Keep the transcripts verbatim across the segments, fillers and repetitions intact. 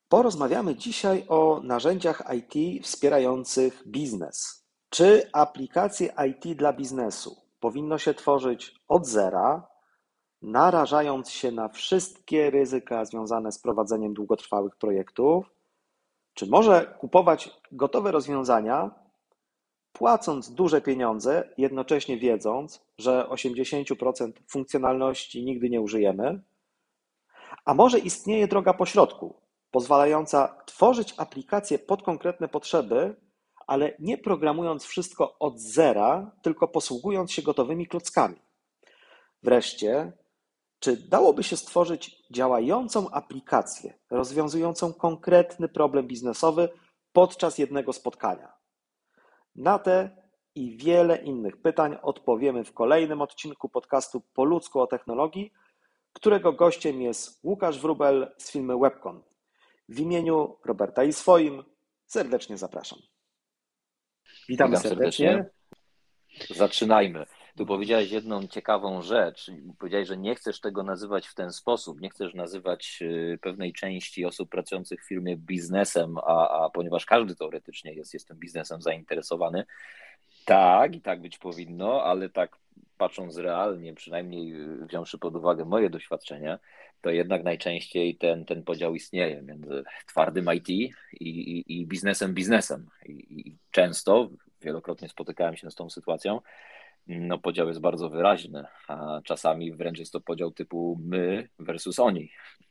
Porozmawiamy dzisiaj o narzędziach I T wspierających biznes. Czy aplikacje I T dla biznesu powinno się tworzyć od zera, narażając się na wszystkie ryzyka związane z prowadzeniem długotrwałych projektów? Czy może kupować gotowe rozwiązania, płacąc duże pieniądze, jednocześnie wiedząc, że osiemdziesiąt procent funkcjonalności nigdy nie użyjemy? A może istnieje droga pośrodku, pozwalająca tworzyć aplikacje pod konkretne potrzeby, ale nie programując wszystko od zera, tylko posługując się gotowymi klockami? Wreszcie, czy dałoby się stworzyć działającą aplikację rozwiązującą konkretny problem biznesowy podczas jednego spotkania? Na te i wiele innych pytań odpowiemy w kolejnym odcinku podcastu Po ludzku o technologii, którego gościem jest Łukasz Wróbel z firmy Webcon. W imieniu Roberta i swoim serdecznie zapraszam. Witamy Witam serdecznie. serdecznie. Zaczynajmy. Tu powiedziałeś jedną ciekawą rzecz. Powiedziałeś, że nie chcesz tego nazywać w ten sposób. Nie chcesz nazywać pewnej części osób pracujących w firmie biznesem, a, a ponieważ każdy teoretycznie jest, jest tym biznesem zainteresowany. Tak, i tak być powinno, ale tak patrząc realnie, przynajmniej wziąwszy pod uwagę moje doświadczenia, to jednak najczęściej ten, ten podział istnieje między twardym I T i, i, i biznesem biznesem. I, I często, wielokrotnie spotykałem się z tą sytuacją, no podział jest bardzo wyraźny, a czasami wręcz jest to podział typu my versus oni.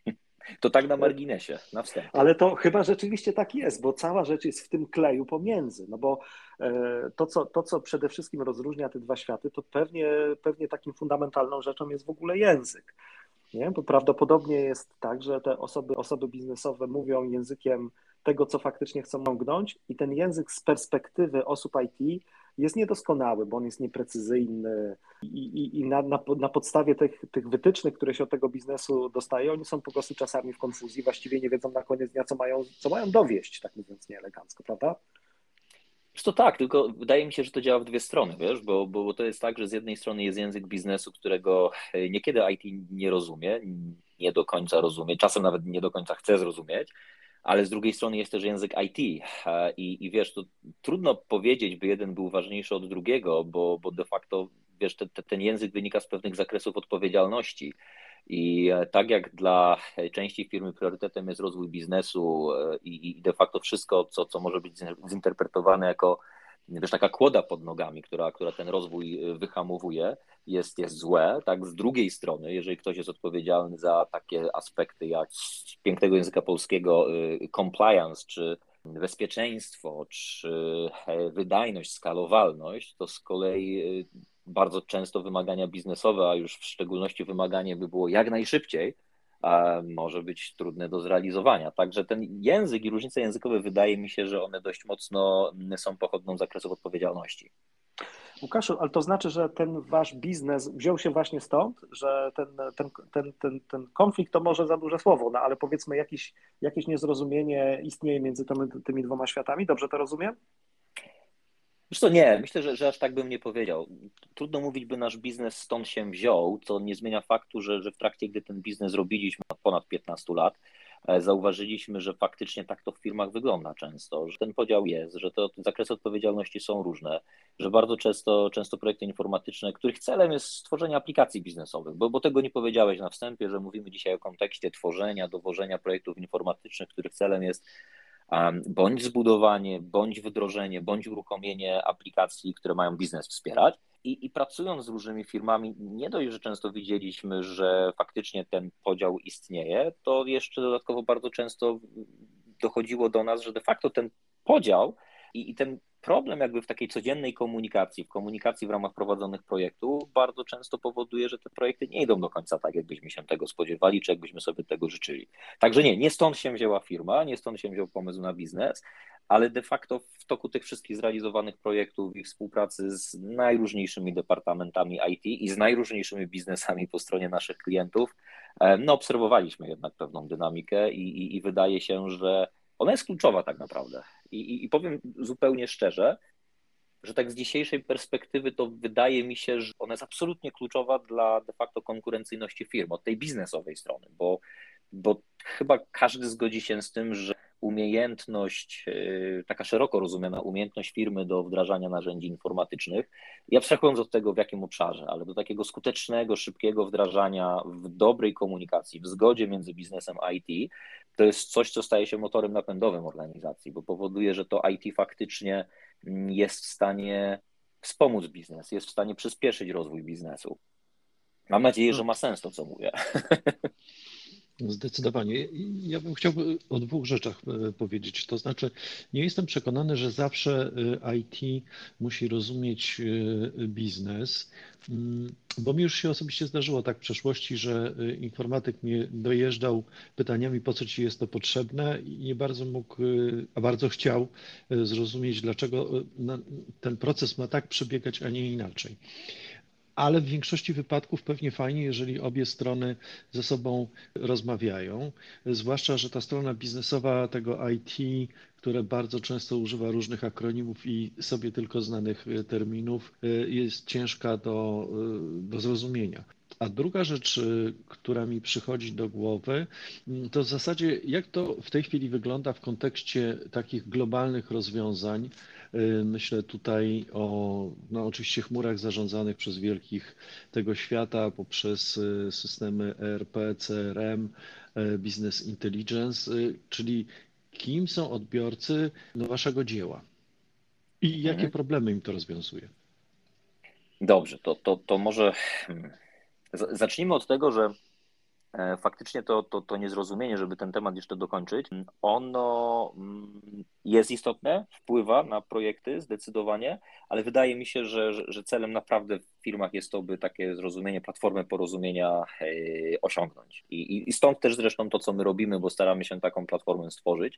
To tak na marginesie, na wstępie. Ale to chyba rzeczywiście tak jest, bo cała rzecz jest w tym kleju pomiędzy. No bo to, co, to, co przede wszystkim rozróżnia te dwa światy, to pewnie, pewnie takim fundamentalną rzeczą jest w ogóle język. Nie? Bo prawdopodobnie jest tak, że te osoby, osoby biznesowe mówią językiem tego, co faktycznie chcą osiągnąć, i ten język z perspektywy osób I T jest niedoskonały, bo on jest nieprecyzyjny i, i, i na, na, na podstawie tych, tych wytycznych, które się od tego biznesu dostaje, oni są po prostu czasami w konfuzji, właściwie nie wiedzą na koniec dnia, co mają, co mają dowieść, tak mówiąc nieelegancko, prawda? Wiesz, to tak, tylko wydaje mi się, że to działa w dwie strony, wiesz, bo, bo, bo to jest tak, że z jednej strony jest język biznesu, którego niekiedy I T nie rozumie, nie do końca rozumie, czasem nawet nie do końca chce zrozumieć, ale z drugiej strony jest też język I T i, i wiesz, to trudno powiedzieć, by jeden był ważniejszy od drugiego, bo, bo de facto, wiesz, te, te, ten język wynika z pewnych zakresów odpowiedzialności. I tak jak dla części firmy priorytetem jest rozwój biznesu i, i de facto wszystko, co, co może być zinterpretowane jako, wiesz, taka kłoda pod nogami, która, która ten rozwój wyhamowuje, jest, jest złe, tak z drugiej strony, jeżeli ktoś jest odpowiedzialny za takie aspekty jak z pięknego języka polskiego compliance, czy bezpieczeństwo, czy wydajność, skalowalność, to z kolei bardzo często wymagania biznesowe, a już w szczególności wymaganie by było jak najszybciej, a może być trudne do zrealizowania. Także ten język i różnice językowe, wydaje mi się, że one dość mocno są pochodną zakresów odpowiedzialności. Łukaszu, ale to znaczy, że ten wasz biznes wziął się właśnie stąd, że ten, ten, ten, ten, ten konflikt to może za duże słowo, no ale powiedzmy jakieś, jakieś niezrozumienie istnieje między tymi, tymi dwoma światami, dobrze to rozumiem? Wiesz co, nie, myślę, że, że aż tak bym nie powiedział. Trudno mówić, by nasz biznes stąd się wziął, co nie zmienia faktu, że, że w trakcie, gdy ten biznes robiliśmy od ponad piętnastu lat, zauważyliśmy, że faktycznie tak to w firmach wygląda często, że ten podział jest, że te zakresy odpowiedzialności są różne, że bardzo często, często projekty informatyczne, których celem jest stworzenie aplikacji biznesowych, bo, bo tego nie powiedziałeś na wstępie, że mówimy dzisiaj o kontekście tworzenia, dowożenia projektów informatycznych, których celem jest bądź zbudowanie, bądź wdrożenie, bądź uruchomienie aplikacji, które mają biznes wspierać. I, I pracując z różnymi firmami, nie dość, że często widzieliśmy, że faktycznie ten podział istnieje, to jeszcze dodatkowo bardzo często dochodziło do nas, że de facto ten podział i, i ten problem jakby w takiej codziennej komunikacji, w komunikacji w ramach prowadzonych projektów bardzo często powoduje, że te projekty nie idą do końca tak, jakbyśmy się tego spodziewali, czy jakbyśmy sobie tego życzyli. Także nie, nie stąd się wzięła firma, nie stąd się wziął pomysł na biznes, ale de facto w toku tych wszystkich zrealizowanych projektów i współpracy z najróżniejszymi departamentami I T i z najróżniejszymi biznesami po stronie naszych klientów, no obserwowaliśmy jednak pewną dynamikę i, i, i wydaje się, że ona jest kluczowa tak naprawdę. I, i, I powiem zupełnie szczerze, że tak z dzisiejszej perspektywy to wydaje mi się, że ona jest absolutnie kluczowa dla de facto konkurencyjności firm od tej biznesowej strony, bo bo chyba każdy zgodzi się z tym, że umiejętność, taka szeroko rozumiana umiejętność firmy do wdrażania narzędzi informatycznych, i abstrahując od tego w jakim obszarze, ale do takiego skutecznego, szybkiego wdrażania w dobrej komunikacji, w zgodzie między biznesem a I T, to jest coś, co staje się motorem napędowym organizacji, bo powoduje, że to I T faktycznie jest w stanie wspomóc biznes, jest w stanie przyspieszyć rozwój biznesu. Mam nadzieję, że ma sens to, co mówię. Zdecydowanie. Ja bym chciał o dwóch rzeczach powiedzieć. To znaczy, nie jestem przekonany, że zawsze I T musi rozumieć biznes, bo mi już się osobiście zdarzyło tak w przeszłości, że informatyk mnie dojeżdżał pytaniami, po co ci jest to potrzebne i nie bardzo mógł, a bardzo chciał zrozumieć, dlaczego ten proces ma tak przebiegać, a nie inaczej. Ale w większości wypadków pewnie fajnie, jeżeli obie strony ze sobą rozmawiają, zwłaszcza, że ta strona biznesowa tego I T, które bardzo często używa różnych akronimów i sobie tylko znanych terminów, jest ciężka do, do zrozumienia. A druga rzecz, która mi przychodzi do głowy, to w zasadzie jak to w tej chwili wygląda w kontekście takich globalnych rozwiązań. Myślę tutaj o no oczywiście chmurach zarządzanych przez wielkich tego świata poprzez systemy E R P, C R M, Business Intelligence, czyli kim są odbiorcy no, waszego dzieła i jakie Mhm. problemy im to rozwiązuje? Dobrze, to, to, to może zacznijmy od tego, że faktycznie to, to, to niezrozumienie, żeby ten temat jeszcze dokończyć, ono jest istotne, wpływa na projekty zdecydowanie, ale wydaje mi się, że, że celem naprawdę w firmach jest to, by takie zrozumienie, platformę porozumienia osiągnąć. I, I stąd też zresztą to, co my robimy, bo staramy się taką platformę stworzyć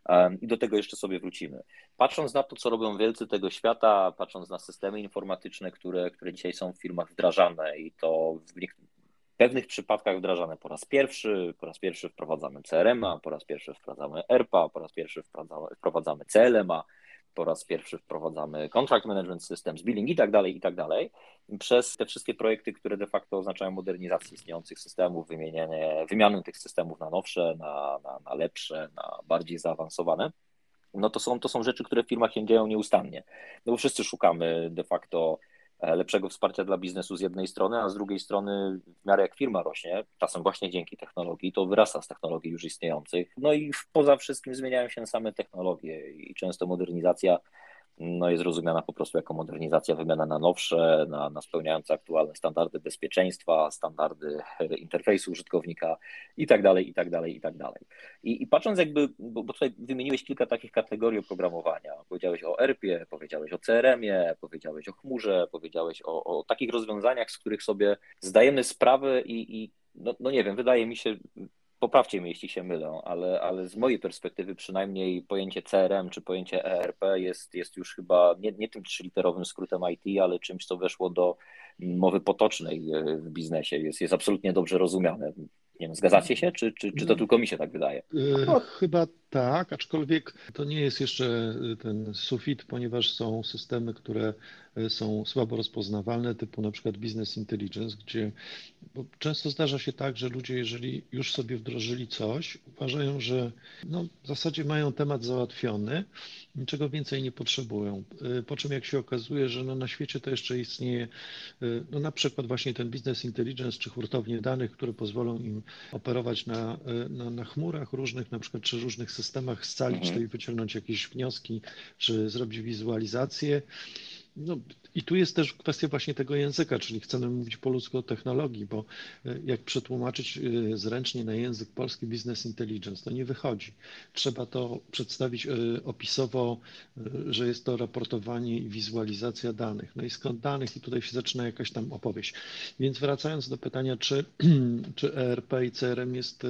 i do tego jeszcze sobie wrócimy. Patrząc na to, co robią wielcy tego świata, patrząc na systemy informatyczne, które, które dzisiaj są w firmach wdrażane i to w niektórych w pewnych przypadkach wdrażane po raz pierwszy, po raz pierwszy wprowadzamy C R M a, po raz pierwszy wprowadzamy E R P a, po raz pierwszy wprowadzamy, wprowadzamy C L M a, po raz pierwszy wprowadzamy Contract Management Systems, Billing i tak dalej, i tak dalej. Przez te wszystkie projekty, które de facto oznaczają modernizację istniejących systemów, wymienianie, wymianę tych systemów na nowsze, na, na, na lepsze, na bardziej zaawansowane, no to są, to są rzeczy, które w firmach się dzieją nieustannie. No bo wszyscy szukamy de facto lepszego wsparcia dla biznesu z jednej strony, a z drugiej strony w miarę jak firma rośnie, czasem właśnie dzięki technologii, to wyrasta z technologii już istniejących. No i poza wszystkim zmieniają się same technologie i często modernizacja no jest rozumiana po prostu jako modernizacja, wymiana na nowsze, na, na spełniające aktualne standardy bezpieczeństwa, standardy interfejsu użytkownika i tak dalej, i tak dalej, i tak dalej. I, i patrząc jakby, bo, bo tutaj wymieniłeś kilka takich kategorii oprogramowania, powiedziałeś o E R P ie, powiedziałeś o C R M ie, powiedziałeś o chmurze, powiedziałeś o, o takich rozwiązaniach, z których sobie zdajemy sprawę i, i no, no nie wiem, wydaje mi się, poprawcie mnie, jeśli się mylę, ale, ale z mojej perspektywy przynajmniej pojęcie C R M czy pojęcie E R P jest, jest już chyba nie, nie tym trzyliterowym skrótem I T, ale czymś, co weszło do mowy potocznej w biznesie. Jest, jest absolutnie dobrze rozumiane. Nie wiem, zgadzacie się, czy, czy, czy to tylko mi się tak wydaje? No, chyba tak, aczkolwiek to nie jest jeszcze ten sufit, ponieważ są systemy, które są słabo rozpoznawalne, typu na przykład Business Intelligence, gdzie bo często zdarza się tak, że ludzie, jeżeli już sobie wdrożyli coś, uważają, że no, w zasadzie mają temat załatwiony, niczego więcej nie potrzebują. Po czym jak się okazuje, że no, na świecie to jeszcze istnieje no, na przykład właśnie ten Business Intelligence czy hurtownie danych, które pozwolą im operować na, na, na chmurach różnych, na przykład czy różnych systemach, scalić to Mhm. i wyciągnąć jakieś wnioski, czy zrobić wizualizację. No, i tu jest też kwestia właśnie tego języka, czyli chcemy mówić po ludzku o technologii, bo jak przetłumaczyć zręcznie na język polski Business Intelligence, to nie wychodzi. Trzeba to przedstawić opisowo, że jest to raportowanie i wizualizacja danych. No i skąd danych? I tutaj się zaczyna jakaś tam opowieść. Więc wracając do pytania, czy, czy E R P i C R M jest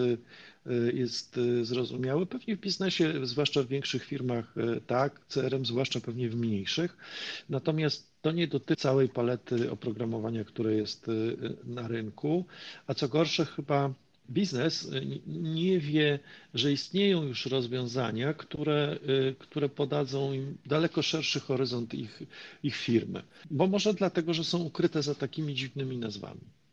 jest zrozumiały. Pewnie w biznesie, zwłaszcza w większych firmach, tak, C R M zwłaszcza pewnie w mniejszych. Natomiast to nie dotyczy całej palety oprogramowania, które jest na rynku, a co gorsze chyba biznes nie wie, że istnieją już rozwiązania, które, które podadzą im daleko szerszy horyzont ich, ich firmy. Bo może dlatego, że są ukryte za takimi dziwnymi nazwami.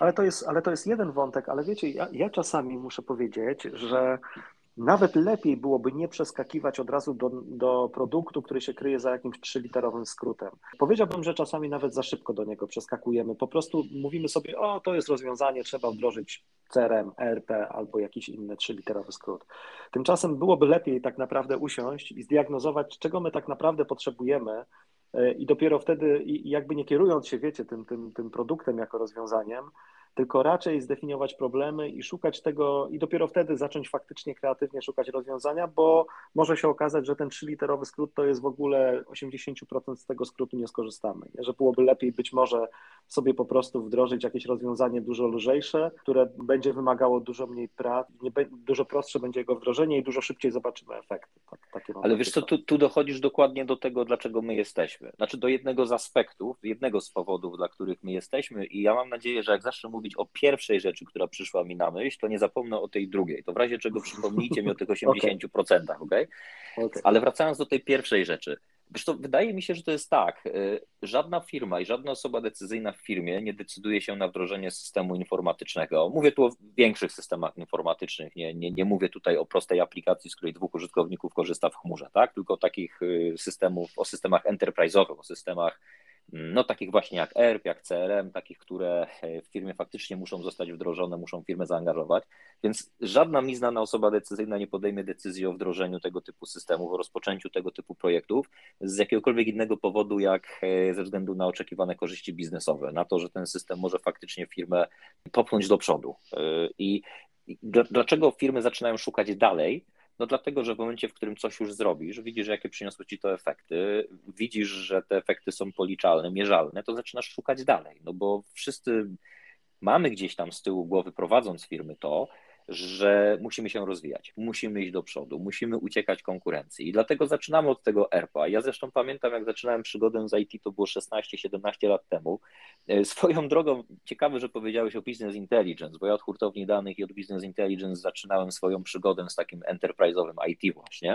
Ale to jest, ale to jest jeden wątek, ale wiecie, ja, ja czasami muszę powiedzieć, że nawet lepiej byłoby nie przeskakiwać od razu do, do produktu, który się kryje za jakimś trzyliterowym skrótem. Powiedziałbym, że czasami nawet za szybko do niego przeskakujemy. Po prostu mówimy sobie, o, to jest rozwiązanie, trzeba wdrożyć C R M, E R P albo jakiś inny trzyliterowy skrót. Tymczasem byłoby lepiej tak naprawdę usiąść i zdiagnozować, czego my tak naprawdę potrzebujemy, i dopiero wtedy, i jakby nie kierując się, wiecie, tym, tym, tym produktem jako rozwiązaniem, tylko raczej zdefiniować problemy i szukać tego, i dopiero wtedy zacząć faktycznie kreatywnie szukać rozwiązania, bo może się okazać, że ten trzyliterowy skrót to jest w ogóle osiemdziesiąt procent z tego skrótu nie skorzystamy. Nie? Że byłoby lepiej być może sobie po prostu wdrożyć jakieś rozwiązanie dużo lżejsze, które będzie wymagało dużo mniej pracy, dużo prostsze będzie jego wdrożenie i dużo szybciej zobaczymy efekty. Tak, takie mam Ale wiesz co, tu, tu dochodzisz dokładnie do tego, dlaczego my jesteśmy. Znaczy do jednego z aspektów, jednego z powodów, dla których my jesteśmy i ja mam nadzieję, że jak zacznę mówić o pierwszej rzeczy, która przyszła mi na myśl, to nie zapomnę o tej drugiej. To w razie czego przypomnijcie mi o tych osiemdziesięciu procentach, okej? Okay? Okay. Ale wracając do tej pierwszej rzeczy. Wiesz to wydaje mi się, że to jest tak, żadna firma i żadna osoba decyzyjna w firmie nie decyduje się na wdrożenie systemu informatycznego. Mówię tu o większych systemach informatycznych, nie, nie, nie mówię tutaj o prostej aplikacji, z której dwóch użytkowników korzysta w chmurze, tak? Tylko o takich systemów, o systemach enterprise'owych, o systemach no takich właśnie jak E R P, jak C R M, takich, które w firmie faktycznie muszą zostać wdrożone, muszą firmę zaangażować, więc żadna mi znana osoba decyzyjna nie podejmie decyzji o wdrożeniu tego typu systemów, o rozpoczęciu tego typu projektów z jakiegokolwiek innego powodu, jak ze względu na oczekiwane korzyści biznesowe, na to, że ten system może faktycznie firmę popchnąć do przodu. I dlaczego firmy zaczynają szukać dalej? No dlatego, że w momencie, w którym coś już zrobisz, widzisz, jakie przyniosły ci to efekty, widzisz, że te efekty są policzalne, mierzalne, to zaczynasz szukać dalej, no bo wszyscy mamy gdzieś tam z tyłu głowy, prowadząc firmy, to, że musimy się rozwijać, musimy iść do przodu, musimy uciekać konkurencji i dlatego zaczynamy od tego E R P a. Ja zresztą pamiętam, jak zaczynałem przygodę z I T, to było szesnaście siedemnaście lat temu. Swoją drogą, ciekawe, że powiedziałeś o Business Intelligence, bo ja od hurtowni danych i od Business Intelligence zaczynałem swoją przygodę z takim enterprise'owym I T właśnie.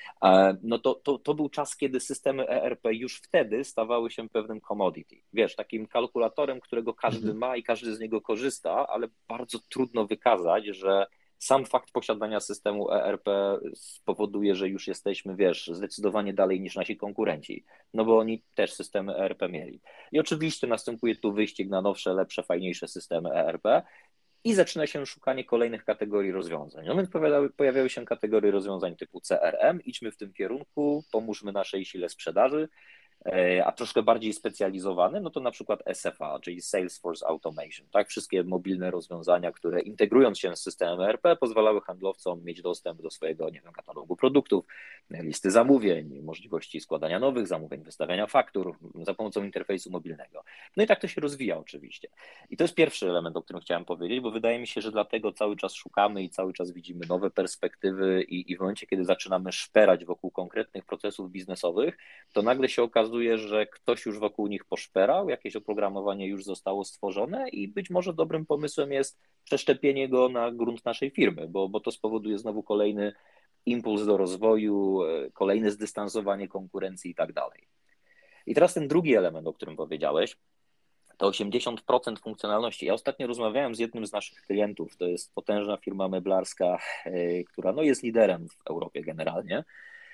No to, to, to był czas, kiedy systemy E R P już wtedy stawały się pewnym commodity. Wiesz, takim kalkulatorem, którego każdy ma i każdy z niego korzysta, ale bardzo trudno wykazać, że sam fakt posiadania systemu E R P spowoduje, że już jesteśmy, wiesz, zdecydowanie dalej niż nasi konkurenci, no bo oni też systemy E R P mieli. I oczywiście następuje tu wyścig na nowsze, lepsze, fajniejsze systemy E R P, i zaczyna się szukanie kolejnych kategorii rozwiązań. No więc pojawiały, pojawiały się kategorie rozwiązań typu C R M, idźmy w tym kierunku, pomóżmy naszej sile sprzedaży, a troszkę bardziej specjalizowane, no to na przykład S F A, czyli Salesforce Automation, tak? Wszystkie mobilne rozwiązania, które integrując się z systemem E R P pozwalały handlowcom mieć dostęp do swojego, nie wiem, katalogu produktów, listy zamówień, możliwości składania nowych zamówień, wystawiania faktur za pomocą interfejsu mobilnego. No i tak to się rozwija oczywiście. I to jest pierwszy element, o którym chciałem powiedzieć, bo wydaje mi się, że dlatego cały czas szukamy i cały czas widzimy nowe perspektywy i, i w momencie, kiedy zaczynamy szperać wokół konkretnych procesów biznesowych, to nagle się okazuje, że ktoś już wokół nich poszperał, jakieś oprogramowanie już zostało stworzone i być może dobrym pomysłem jest przeszczepienie go na grunt naszej firmy, bo, bo to spowoduje znowu kolejny impuls do rozwoju, kolejne zdystansowanie konkurencji i tak dalej. I teraz ten drugi element, o którym powiedziałeś, to osiemdziesiąt procent funkcjonalności. Ja ostatnio rozmawiałem z jednym z naszych klientów, to jest potężna firma meblarska, która no, jest liderem w Europie generalnie.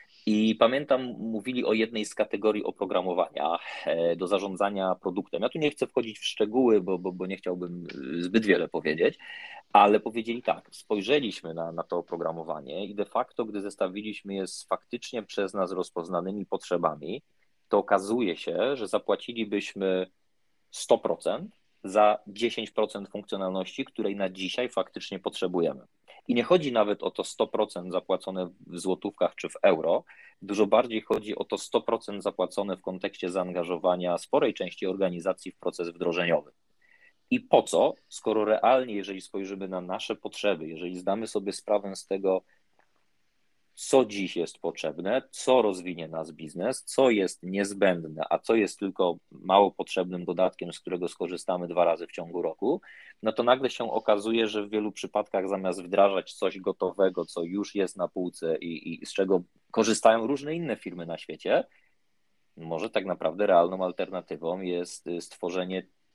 I pamiętam, mówili o jednej z kategorii oprogramowania do zarządzania produktem. Ja tu nie chcę wchodzić w szczegóły, bo, bo, bo nie chciałbym zbyt wiele powiedzieć, ale powiedzieli tak, spojrzeliśmy na, na to oprogramowanie i de facto, gdy zestawiliśmy je z faktycznie przez nas rozpoznanymi potrzebami, to okazuje się, że zapłacilibyśmy sto procent za dziesięć procent funkcjonalności, której na dzisiaj faktycznie potrzebujemy. I nie chodzi nawet o to sto procent zapłacone w złotówkach czy w euro, dużo bardziej chodzi o to sto procent zapłacone w kontekście zaangażowania sporej części organizacji w proces wdrożeniowy. I po co, skoro realnie, jeżeli spojrzymy na nasze potrzeby, jeżeli zdamy sobie sprawę z tego, co dziś jest potrzebne, co rozwinie nas biznes, co jest niezbędne, a co jest tylko mało potrzebnym dodatkiem, z którego skorzystamy dwa razy w ciągu roku, no to nagle się okazuje, że w wielu przypadkach zamiast wdrażać coś gotowego, co już jest na półce i, i z czego korzystają różne inne firmy na świecie, może tak naprawdę realną alternatywą jest stworzenie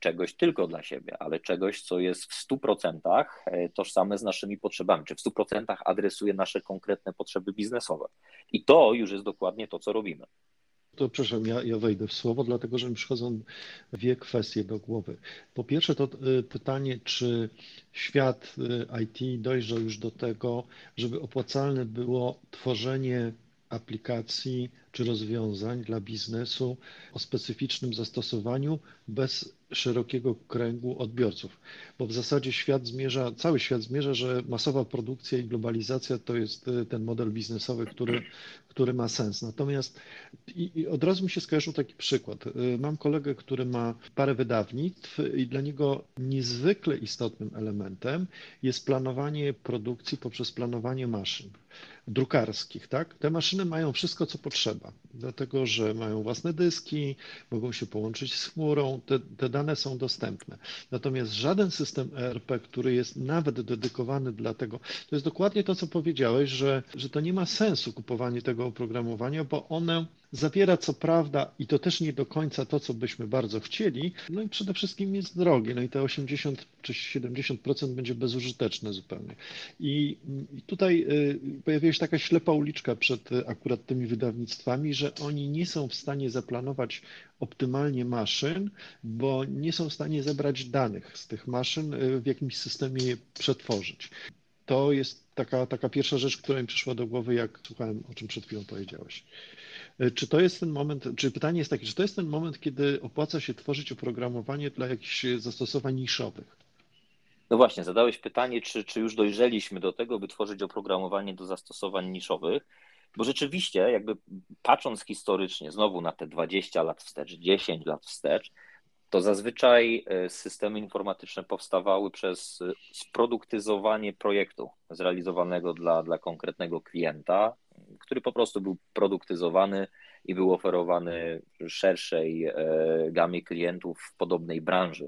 czegoś tylko dla siebie, ale czegoś, co jest w stu procentach tożsame z naszymi potrzebami, czy w stu procentach adresuje nasze konkretne potrzeby biznesowe. I to już jest dokładnie to, co robimy. To przepraszam, ja, ja wejdę w słowo, dlatego że mi przychodzą dwie kwestie do głowy. Po pierwsze to y, pytanie, czy świat y, I T dojrzał już do tego, żeby opłacalne było tworzenie aplikacji czy rozwiązań dla biznesu o specyficznym zastosowaniu bez szerokiego kręgu odbiorców. Bo w zasadzie świat zmierza, cały świat zmierza, że masowa produkcja i globalizacja to jest y, ten model biznesowy, który, który ma sens. Natomiast i, i od razu mi się skojarzył taki przykład. Y, Mam kolegę, który ma parę wydawnictw i dla niego niezwykle istotnym elementem jest planowanie produkcji poprzez planowanie maszyn drukarskich, tak? Te maszyny mają wszystko, co potrzeba, dlatego że mają własne dyski, mogą się połączyć z chmurą, te, te dane są dostępne. Natomiast żaden system E R P, który jest nawet dedykowany dla tego, to jest dokładnie to, co powiedziałeś, że, że to nie ma sensu kupowanie tego oprogramowania, bo one zawiera co prawda i to też nie do końca to, co byśmy bardzo chcieli, no i przede wszystkim jest drogie, no i te osiemdziesiąt czy siedemdziesiąt procent będzie bezużyteczne zupełnie. I, i tutaj y, pojawiła się taka ślepa uliczka przed y, akurat tymi wydawnictwami, że oni nie są w stanie zaplanować optymalnie maszyn, bo nie są w stanie zebrać danych z tych maszyn, y, w jakimś systemie je przetworzyć. To jest taka, taka pierwsza rzecz, która mi przyszła do głowy, jak słuchałem, o czym przed chwilą powiedziałeś. Czy to jest ten moment, czy pytanie jest takie, czy to jest ten moment, kiedy opłaca się tworzyć oprogramowanie dla jakichś zastosowań niszowych? No właśnie, zadałeś pytanie, czy, czy już dojrzeliśmy do tego, by tworzyć oprogramowanie do zastosowań niszowych, bo rzeczywiście, jakby patrząc historycznie znowu na te dwadzieścia lat wstecz, dziesięć lat wstecz, to zazwyczaj systemy informatyczne powstawały przez sproduktyzowanie projektu zrealizowanego dla, dla konkretnego klienta, który po prostu był produktyzowany i był oferowany szerszej gamie klientów w podobnej branży.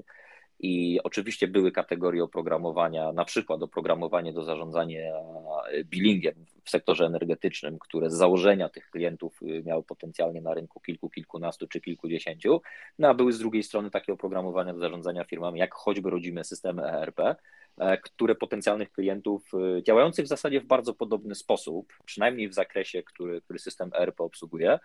I oczywiście były kategorie oprogramowania, na przykład oprogramowanie do zarządzania billingiem w sektorze energetycznym, które z założenia tych klientów miały potencjalnie na rynku kilku, kilkunastu czy kilkudziesięciu, no a były z drugiej strony takie oprogramowania do zarządzania firmami, jak choćby rodzime systemy E R P, które potencjalnych klientów działających w zasadzie w bardzo podobny sposób, przynajmniej w zakresie, który, który system E R P obsługuje,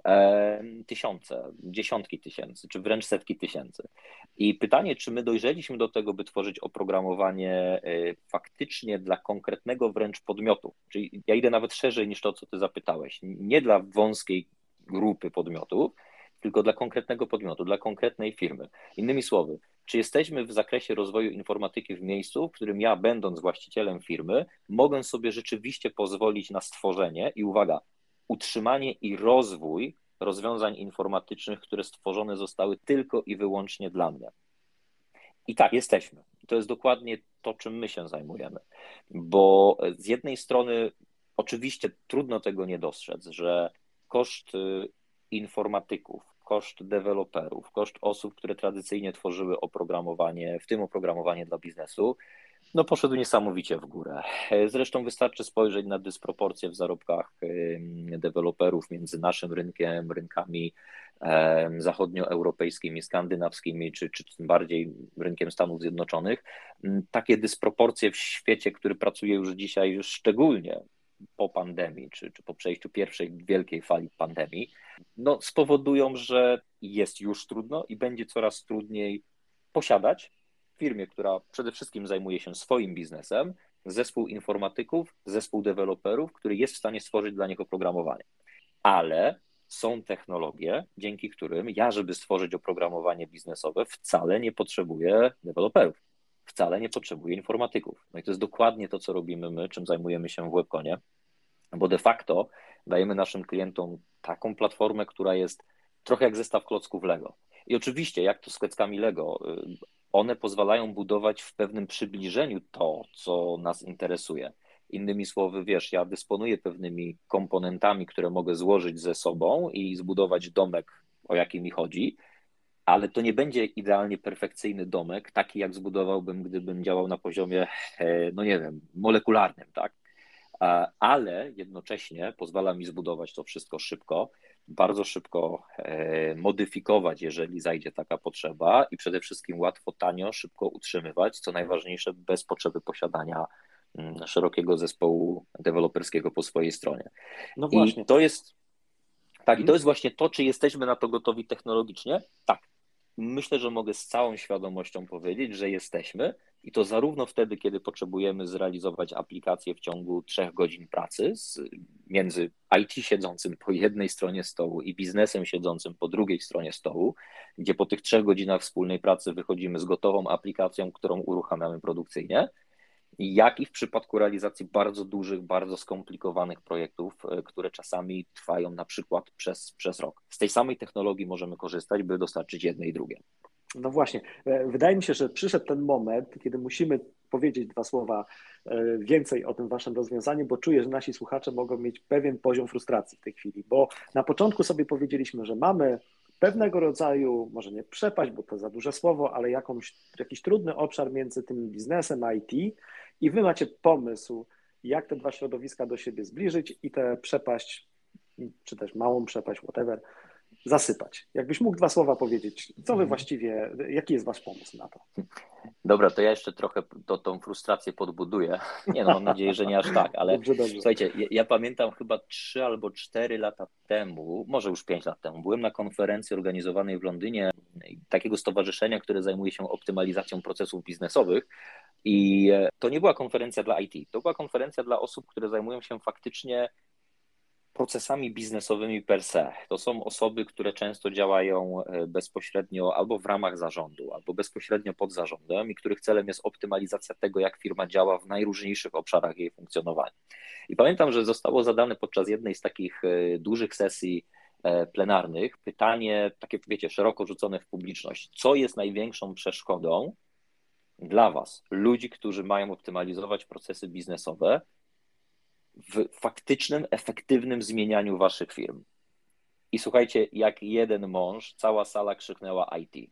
tysiące, dziesiątki tysięcy, czy wręcz setki tysięcy. I pytanie, czy my dojrzeliśmy do tego, by tworzyć oprogramowanie faktycznie dla konkretnego wręcz podmiotu. Czyli ja idę nawet szerzej niż to, co ty zapytałeś. Nie dla wąskiej grupy podmiotów, tylko dla konkretnego podmiotu, dla konkretnej firmy. Innymi słowy, czy jesteśmy w zakresie rozwoju informatyki w miejscu, w którym ja, będąc właścicielem firmy, mogę sobie rzeczywiście pozwolić na stworzenie i uwaga, utrzymanie i rozwój rozwiązań informatycznych, które stworzone zostały tylko i wyłącznie dla mnie. I tak, jesteśmy. To jest dokładnie to, czym my się zajmujemy. Bo z jednej strony oczywiście trudno tego nie dostrzec, że koszt informatyków, koszt deweloperów, koszt osób, które tradycyjnie tworzyły oprogramowanie, w tym oprogramowanie dla biznesu, no poszedł niesamowicie w górę. Zresztą wystarczy spojrzeć na dysproporcje w zarobkach deweloperów między naszym rynkiem, rynkami zachodnioeuropejskimi, skandynawskimi, czy, czy tym bardziej rynkiem Stanów Zjednoczonych. Takie dysproporcje w świecie, który pracuje już dzisiaj już szczególnie po pandemii, czy, czy po przejściu pierwszej wielkiej fali pandemii, no spowodują, że jest już trudno i będzie coraz trudniej posiadać w firmie, która przede wszystkim zajmuje się swoim biznesem, zespół informatyków, zespół deweloperów, który jest w stanie stworzyć dla nich oprogramowanie. Ale są technologie, dzięki którym ja, żeby stworzyć oprogramowanie biznesowe, wcale nie potrzebuję deweloperów, wcale nie potrzebuję informatyków. No i to jest dokładnie to, co robimy my, czym zajmujemy się w Webconie, bo de facto dajemy naszym klientom taką platformę, która jest trochę jak zestaw klocków Lego. I oczywiście, jak to z klockami Lego, one pozwalają budować w pewnym przybliżeniu to, co nas interesuje. Innymi słowy, wiesz, ja dysponuję pewnymi komponentami, które mogę złożyć ze sobą i zbudować domek, o jaki mi chodzi, ale to nie będzie idealnie perfekcyjny domek, taki jak zbudowałbym, gdybym działał na poziomie, no nie wiem, molekularnym, tak? ale jednocześnie pozwala mi zbudować to wszystko szybko, bardzo szybko modyfikować, jeżeli zajdzie taka potrzeba i przede wszystkim łatwo, tanio, szybko utrzymywać, co najważniejsze, bez potrzeby posiadania szerokiego zespołu deweloperskiego po swojej stronie. No właśnie. I to jest, tak, i to jest właśnie to, czy jesteśmy na to gotowi technologicznie? Tak. Myślę, że mogę z całą świadomością powiedzieć, że jesteśmy i to zarówno wtedy, kiedy potrzebujemy zrealizować aplikację w ciągu trzech godzin pracy z, między I T siedzącym po jednej stronie stołu i biznesem siedzącym po drugiej stronie stołu, gdzie po tych trzech godzinach wspólnej pracy wychodzimy z gotową aplikacją, którą uruchamiamy produkcyjnie, jak i w przypadku realizacji bardzo dużych, bardzo skomplikowanych projektów, które czasami trwają na przykład przez, przez rok. Z tej samej technologii możemy korzystać, by dostarczyć jedne i drugie. No właśnie, wydaje mi się, że przyszedł ten moment, kiedy musimy powiedzieć dwa słowa więcej o tym waszym rozwiązaniu, bo czuję, że nasi słuchacze mogą mieć pewien poziom frustracji w tej chwili, bo na początku sobie powiedzieliśmy, że mamy pewnego rodzaju, może nie przepaść, bo to za duże słowo, ale jakąś, jakiś trudny obszar między tym biznesem a I T i wy macie pomysł, jak te dwa środowiska do siebie zbliżyć i tę przepaść, czy też małą przepaść, whatever, zasypać. Jakbyś mógł dwa słowa powiedzieć, co wy właściwie, jaki jest wasz pomysł na to? Dobra, to ja jeszcze trochę to, tą frustrację podbuduję. Nie no, mam nadzieję, że nie aż tak, ale dobrze, dobrze. Słuchajcie, ja, ja pamiętam chyba trzy albo cztery lata temu, może już pięć lat temu, byłem na konferencji organizowanej w Londynie takiego stowarzyszenia, które zajmuje się optymalizacją procesów biznesowych i to nie była konferencja dla I T, to była konferencja dla osób, które zajmują się faktycznie procesami biznesowymi per se. To są osoby, które często działają bezpośrednio albo w ramach zarządu, albo bezpośrednio pod zarządem i których celem jest optymalizacja tego, jak firma działa w najróżniejszych obszarach jej funkcjonowania. I pamiętam, że zostało zadane podczas jednej z takich dużych sesji plenarnych pytanie, takie wiecie, szeroko rzucone w publiczność, co jest największą przeszkodą dla was, ludzi, którzy mają optymalizować procesy biznesowe, w faktycznym, efektywnym zmienianiu waszych firm. I słuchajcie, jak jeden mąż, cała sala krzyknęła I T.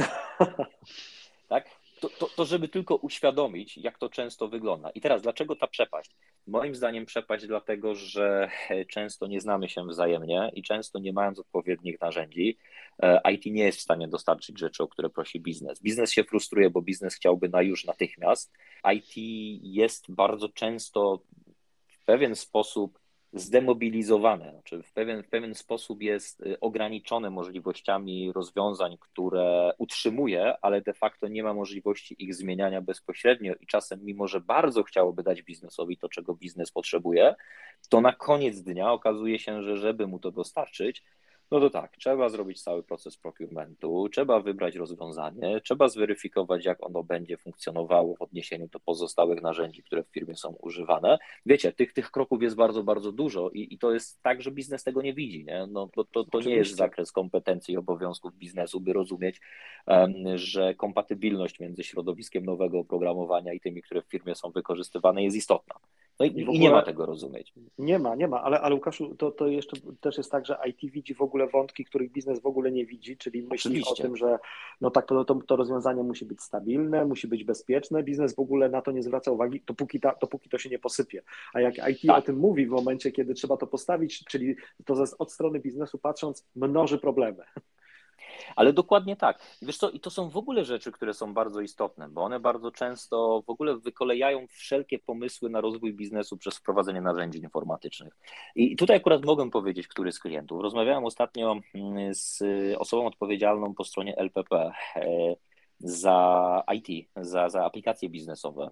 Tak? To, to, to żeby tylko uświadomić, jak to często wygląda. I teraz, dlaczego ta przepaść? Moim zdaniem przepaść dlatego, że często nie znamy się wzajemnie i często nie mając odpowiednich narzędzi, I T nie jest w stanie dostarczyć rzeczy, o które prosi biznes. Biznes się frustruje, bo biznes chciałby na już natychmiast. I T jest bardzo często w pewien sposób zdemobilizowane, znaczy w pewien, w pewien sposób jest ograniczone możliwościami rozwiązań, które utrzymuje, ale de facto nie ma możliwości ich zmieniania bezpośrednio i czasem, mimo że bardzo chciałoby dać biznesowi to, czego biznes potrzebuje, to na koniec dnia okazuje się, że żeby mu to dostarczyć, no to tak, trzeba zrobić cały proces procurementu, trzeba wybrać rozwiązanie, trzeba zweryfikować, jak ono będzie funkcjonowało w odniesieniu do pozostałych narzędzi, które w firmie są używane. Wiecie, tych, tych kroków jest bardzo, bardzo dużo i, i to jest tak, że biznes tego nie widzi. Nie? No, to, to, to nie jest zakres kompetencji i obowiązków biznesu, by rozumieć, um, że kompatybilność między środowiskiem nowego oprogramowania i tymi, które w firmie są wykorzystywane, jest istotna. No i, i, ogóle... i nie ma tego rozumieć. Nie ma, nie ma, ale, ale Łukaszu, to, to jeszcze też jest tak, że I T widzi w ogóle wątki, których biznes w ogóle nie widzi, czyli myśli Oczywiście. o tym, że no tak, to, to, to rozwiązanie musi być stabilne, musi być bezpieczne, biznes w ogóle na to nie zwraca uwagi, dopóki, ta, dopóki to się nie posypie. A jak I T tak. o tym mówi w momencie, kiedy trzeba to postawić, czyli to od strony biznesu patrząc, mnoży problemy. Ale dokładnie tak. Wiesz co, i to są w ogóle rzeczy, które są bardzo istotne, bo one bardzo często w ogóle wykolejają wszelkie pomysły na rozwój biznesu przez wprowadzenie narzędzi informatycznych. I tutaj akurat mogę powiedzieć, który z klientów. Rozmawiałem ostatnio z osobą odpowiedzialną po stronie L P P za I T, za, za aplikacje biznesowe.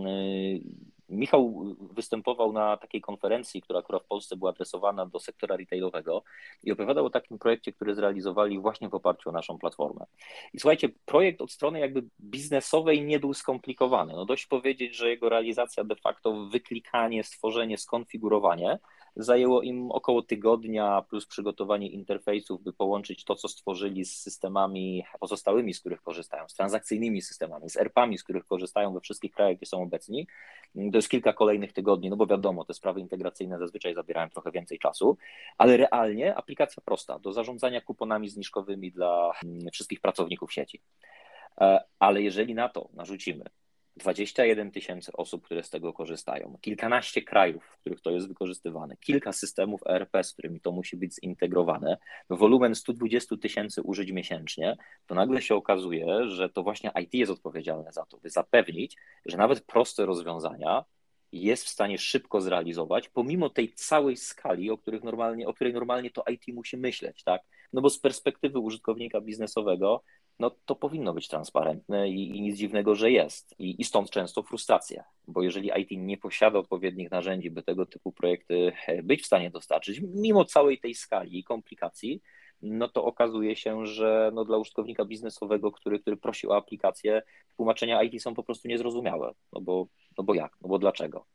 Michał występował na takiej konferencji, która akurat w Polsce była adresowana do sektora retailowego i opowiadał o takim projekcie, który zrealizowali właśnie w oparciu o naszą platformę. I słuchajcie, projekt od strony jakby biznesowej nie był skomplikowany. No dość powiedzieć, że jego realizacja de facto wyklikanie, stworzenie, skonfigurowanie zajęło im około tygodnia plus przygotowanie interfejsów, by połączyć to, co stworzyli z systemami pozostałymi, z których korzystają, z transakcyjnymi systemami, z E R P-ami, z których korzystają we wszystkich krajach, gdzie są obecni. To jest kilka kolejnych tygodni, no bo wiadomo, te sprawy integracyjne zazwyczaj zabierają trochę więcej czasu, ale realnie aplikacja prosta do zarządzania kuponami zniżkowymi dla wszystkich pracowników sieci. Ale jeżeli na to narzucimy dwadzieścia jeden tysięcy osób, które z tego korzystają, kilkanaście krajów, w których to jest wykorzystywane, kilka systemów E R P, z którymi to musi być zintegrowane, wolumen sto dwadzieścia tysięcy użyć miesięcznie, to nagle się okazuje, że to właśnie I T jest odpowiedzialne za to, by zapewnić, że nawet proste rozwiązania jest w stanie szybko zrealizować, pomimo tej całej skali, o, których normalnie, o której normalnie to I T musi myśleć, tak? No bo z perspektywy użytkownika biznesowego, no to powinno być transparentne i, i nic dziwnego, że jest. I, I stąd często frustracja, bo jeżeli I T nie posiada odpowiednich narzędzi, by tego typu projekty być w stanie dostarczyć, mimo całej tej skali i komplikacji, no to okazuje się, że no dla użytkownika biznesowego, który, który prosi o aplikację, tłumaczenia I T są po prostu niezrozumiałe. No bo, no bo jak? No bo dlaczego?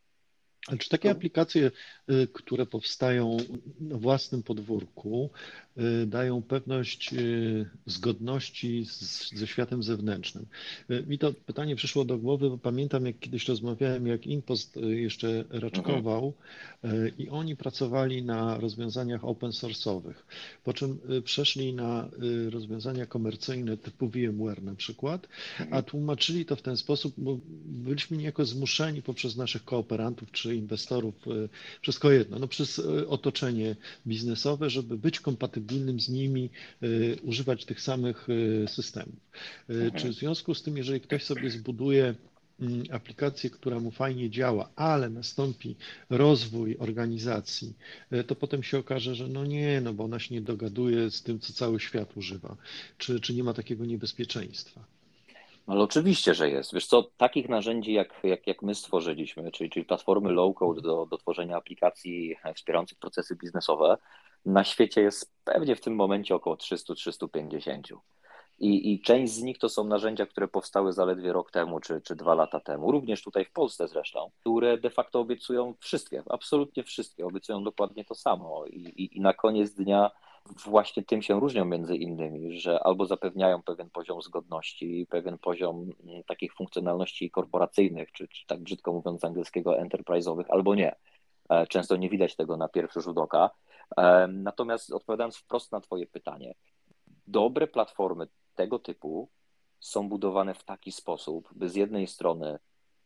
Ale czy takie aplikacje, y, które powstają na własnym podwórku, y, dają pewność y, zgodności z, ze światem zewnętrznym? Y, Mi to pytanie przyszło do głowy, bo pamiętam, jak kiedyś rozmawiałem, jak InPost y, jeszcze raczkował y, i oni pracowali na rozwiązaniach open source'owych, po czym y, przeszli na y, rozwiązania komercyjne typu VMware na przykład, a tłumaczyli to w ten sposób, bo byliśmy niejako zmuszeni poprzez naszych kooperantów czy inwestorów, wszystko jedno, no przez otoczenie biznesowe, żeby być kompatybilnym z nimi, używać tych samych systemów. Czy w związku z tym, jeżeli ktoś sobie zbuduje aplikację, która mu fajnie działa, ale nastąpi rozwój organizacji, to potem się okaże, że no nie, no bo ona się nie dogaduje z tym, co cały świat używa. Czy, czy nie ma takiego niebezpieczeństwa? Ale oczywiście, że jest. Wiesz co, takich narzędzi, jak, jak, jak my stworzyliśmy, czyli, czyli platformy low-code do, do tworzenia aplikacji wspierających procesy biznesowe, na świecie jest pewnie w tym momencie około trzysta do trzystu pięćdziesięciu. I, I część z nich to są narzędzia, które powstały zaledwie rok temu czy, czy dwa lata temu, również tutaj w Polsce zresztą, które de facto obiecują wszystkie, absolutnie wszystkie, obiecują dokładnie to samo. I, i, i na koniec dnia właśnie tym się różnią między innymi, że albo zapewniają pewien poziom zgodności, pewien poziom takich funkcjonalności korporacyjnych, czy, czy tak brzydko mówiąc z angielskiego enterprise'owych, albo nie. Często nie widać tego na pierwszy rzut oka. Natomiast odpowiadając wprost na Twoje pytanie, dobre platformy tego typu są budowane w taki sposób, by z jednej strony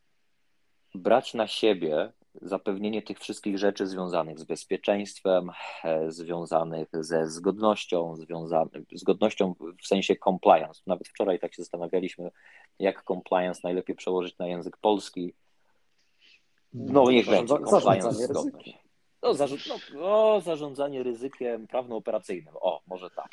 brać na siebie zapewnienie tych wszystkich rzeczy związanych z bezpieczeństwem, związanych ze zgodnością, związanych zgodnością w sensie compliance. Nawet wczoraj tak się zastanawialiśmy, jak compliance najlepiej przełożyć na język polski. No niech będzie, compliance, zgodność. No, zarzu- no, no, zarządzanie ryzykiem prawno-operacyjnym. O, może tak.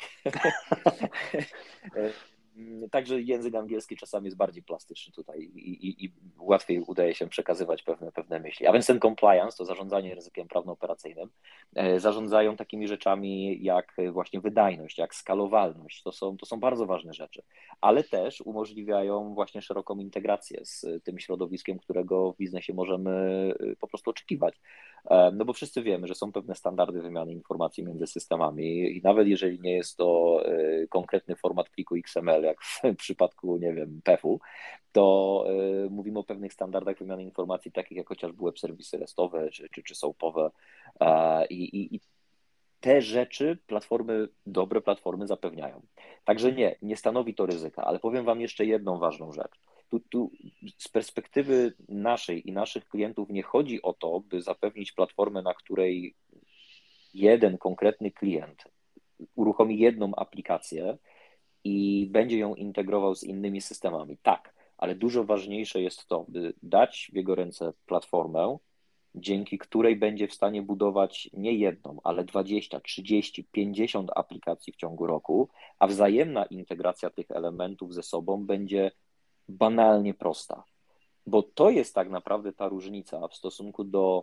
Także język angielski czasami jest bardziej plastyczny tutaj i, i, i łatwiej udaje się przekazywać pewne, pewne myśli. A więc ten compliance, to zarządzanie ryzykiem prawno-operacyjnym, zarządzają takimi rzeczami jak właśnie wydajność, jak skalowalność. To są, to są bardzo ważne rzeczy, ale też umożliwiają właśnie szeroką integrację z tym środowiskiem, którego w biznesie możemy po prostu oczekiwać. No bo wszyscy wiemy, że są pewne standardy wymiany informacji między systemami i nawet jeżeli nie jest to konkretny format pliku X M L, jak w przypadku, nie wiem, P E F-u, to mówimy o pewnych standardach wymiany informacji, takich jak chociażby web serwisy restowe czy, czy, czy soapowe i, i, i te rzeczy platformy, dobre platformy zapewniają. Także nie, nie stanowi to ryzyka, ale powiem Wam jeszcze jedną ważną rzecz. Tu, tu z perspektywy naszej i naszych klientów nie chodzi o to, by zapewnić platformę, na której jeden konkretny klient uruchomi jedną aplikację i będzie ją integrował z innymi systemami. Tak, ale dużo ważniejsze jest to, by dać w jego ręce platformę, dzięki której będzie w stanie budować nie jedną, ale dwadzieścia, trzydzieści, pięćdziesiąt aplikacji w ciągu roku, a wzajemna integracja tych elementów ze sobą będzie banalnie prosta. Bo to jest tak naprawdę ta różnica w stosunku do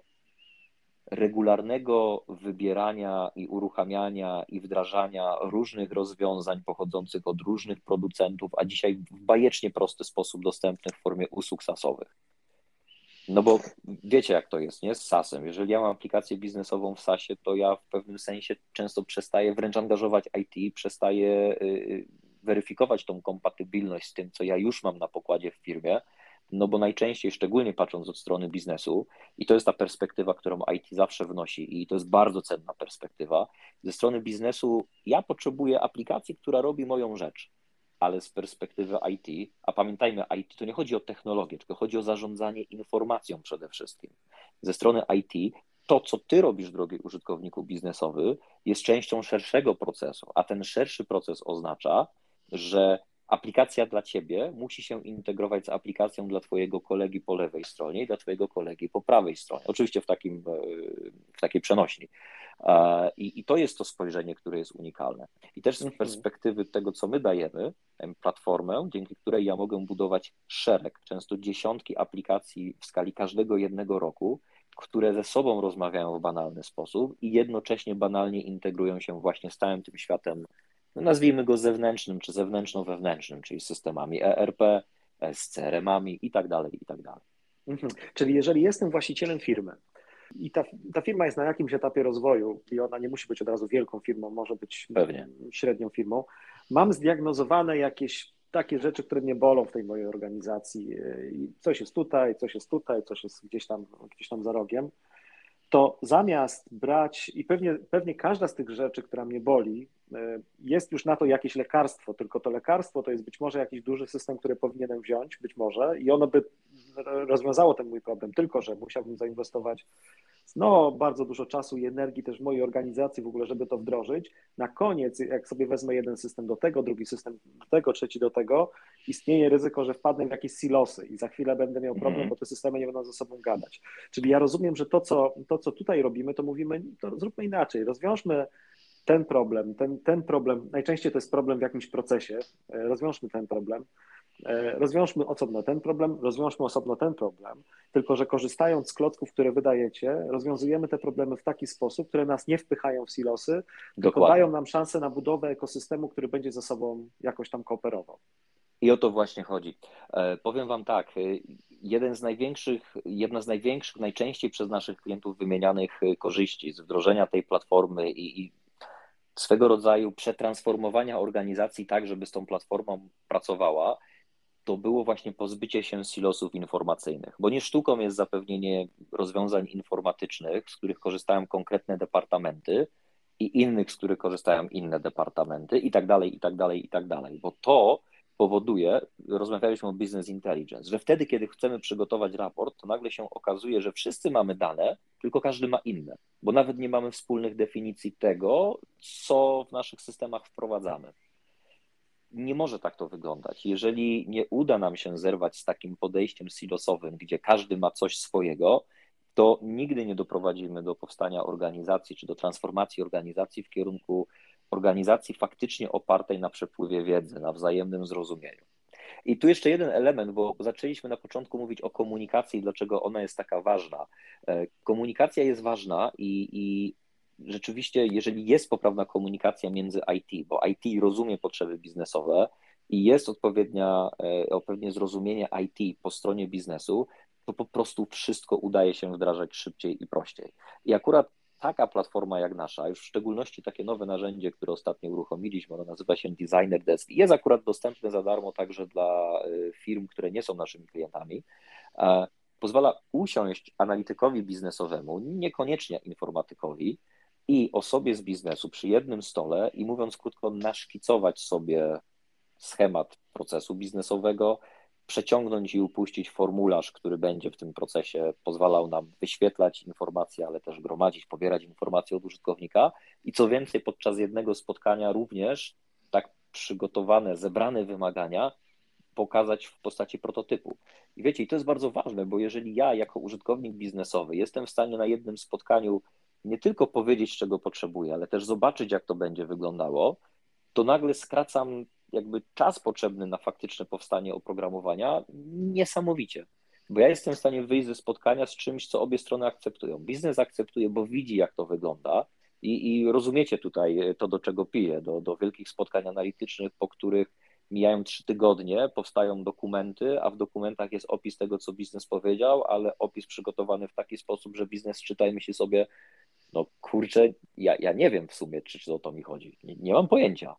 regularnego wybierania i uruchamiania i wdrażania różnych rozwiązań pochodzących od różnych producentów, a dzisiaj w bajecznie prosty sposób dostępnych w formie usług sasowych. No bo wiecie, jak to jest, nie? Z sasem. Jeżeli ja mam aplikację biznesową w sasie, to ja w pewnym sensie często przestaję wręcz angażować I T, przestaję weryfikować tą kompatybilność z tym, co ja już mam na pokładzie w firmie, no bo najczęściej, szczególnie patrząc od strony biznesu, i to jest ta perspektywa, którą I T zawsze wnosi i to jest bardzo cenna perspektywa, ze strony biznesu ja potrzebuję aplikacji, która robi moją rzecz. ale z perspektywy I T, a pamiętajmy, I T to nie chodzi o technologię, tylko chodzi o zarządzanie informacją przede wszystkim. Ze strony I T to, co ty robisz, drogi użytkowniku biznesowy, jest częścią szerszego procesu, a ten szerszy proces oznacza, że aplikacja dla ciebie musi się integrować z aplikacją dla twojego kolegi po lewej stronie i dla twojego kolegi po prawej stronie. Oczywiście w takim, w takiej przenośni. I, I to jest to spojrzenie, które jest unikalne. I też z perspektywy tego, co my dajemy, platformę, dzięki której ja mogę budować szereg, często dziesiątki aplikacji w skali każdego jednego roku, które ze sobą rozmawiają w banalny sposób i jednocześnie banalnie integrują się właśnie z całym tym światem, no nazwijmy go zewnętrznym czy zewnętrzno-wewnętrznym, czyli z systemami E R P, z C R M-ami i tak dalej, i tak dalej. Mhm. Czyli jeżeli jestem właścicielem firmy i ta, ta firma jest na jakimś etapie rozwoju i ona nie musi być od razu wielką firmą, może być Pewnie średnią firmą, mam zdiagnozowane jakieś takie rzeczy, które mnie bolą w tej mojej organizacji i coś jest tutaj, coś jest tutaj, coś jest gdzieś tam, gdzieś tam za rogiem, to zamiast brać, i pewnie, pewnie każda z tych rzeczy, która mnie boli, jest już na to jakieś lekarstwo, tylko to lekarstwo to jest być może jakiś duży system, który powinienem wziąć, być może, i ono by rozwiązało ten mój problem, tylko że musiałbym zainwestować no, bardzo dużo czasu i energii też w mojej organizacji w ogóle, żeby to wdrożyć. Na koniec, jak sobie wezmę jeden system do tego, drugi system do tego, trzeci do tego, istnieje ryzyko, że wpadnę w jakieś silosy i za chwilę będę miał problem, bo te systemy nie będą ze sobą gadać. Czyli ja rozumiem, że to, co, to, co tutaj robimy, to mówimy, to zróbmy inaczej, rozwiążmy ten problem, ten, ten problem, najczęściej to jest problem w jakimś procesie, rozwiążmy ten problem, rozwiążmy osobno ten problem, rozwiążmy osobno ten problem, tylko że korzystając z klocków, które wydajecie, rozwiązujemy te problemy w taki sposób, które nas nie wpychają w silosy, Dokładnie. tylko dają nam szansę na budowę ekosystemu, który będzie ze sobą jakoś tam kooperował. I o to właśnie chodzi. Powiem wam tak, jeden z największych, jedna z największych, najczęściej przez naszych klientów wymienianych korzyści z wdrożenia tej platformy i, i swego rodzaju przetransformowania organizacji tak, żeby z tą platformą pracowała, to było właśnie pozbycie się silosów informacyjnych, bo nie sztuką jest zapewnienie rozwiązań informatycznych, z których korzystają konkretne departamenty i innych, z których korzystają inne departamenty i tak dalej, i tak dalej, i tak dalej, bo to powoduje, rozmawialiśmy o business intelligence, że wtedy, kiedy chcemy przygotować raport, to nagle się okazuje, że wszyscy mamy dane, tylko każdy ma inne, bo nawet nie mamy wspólnych definicji tego, co w naszych systemach wprowadzamy. Nie może tak to wyglądać. Jeżeli nie uda nam się zerwać z takim podejściem silosowym, gdzie każdy ma coś swojego, to nigdy nie doprowadzimy do powstania organizacji czy do transformacji organizacji w kierunku organizacji faktycznie opartej na przepływie wiedzy, na wzajemnym zrozumieniu. I tu jeszcze jeden element, bo zaczęliśmy na początku mówić o komunikacji, dlaczego ona jest taka ważna. Komunikacja jest ważna i, i rzeczywiście, jeżeli jest poprawna komunikacja między I T, bo I T rozumie potrzeby biznesowe i jest odpowiednia, odpowiednie zrozumienie I T po stronie biznesu, to po prostu wszystko udaje się wdrażać szybciej i prościej. I akurat taka platforma jak nasza, już w szczególności takie nowe narzędzie, które ostatnio uruchomiliśmy, ono nazywa się Designer Desk, jest akurat dostępne za darmo także dla firm, które nie są naszymi klientami, pozwala usiąść analitykowi biznesowemu, niekoniecznie informatykowi, i osobie z biznesu przy jednym stole i mówiąc krótko, naszkicować sobie schemat procesu biznesowego, przeciągnąć i upuścić formularz, który będzie w tym procesie pozwalał nam wyświetlać informacje, ale też gromadzić, pobierać informacje od użytkownika i co więcej, podczas jednego spotkania również tak przygotowane, zebrane wymagania pokazać w postaci prototypu. I wiecie, i to jest bardzo ważne, bo jeżeli ja jako użytkownik biznesowy jestem w stanie na jednym spotkaniu nie tylko powiedzieć, czego potrzebuję, ale też zobaczyć, jak to będzie wyglądało, to nagle skracam jakby czas potrzebny na faktyczne powstanie oprogramowania niesamowicie. Bo ja jestem w stanie wyjść ze spotkania z czymś, co obie strony akceptują. Biznes akceptuje, bo widzi, jak to wygląda i, i rozumiecie tutaj to, do czego piję, do, do wielkich spotkań analitycznych, po których mijają trzy tygodnie, powstają dokumenty, a w dokumentach jest opis tego, co biznes powiedział, ale opis przygotowany w taki sposób, że biznes czyta i myśli sobie, no kurczę, ja, ja nie wiem w sumie, czy, czy o to mi chodzi. Nie, nie mam pojęcia.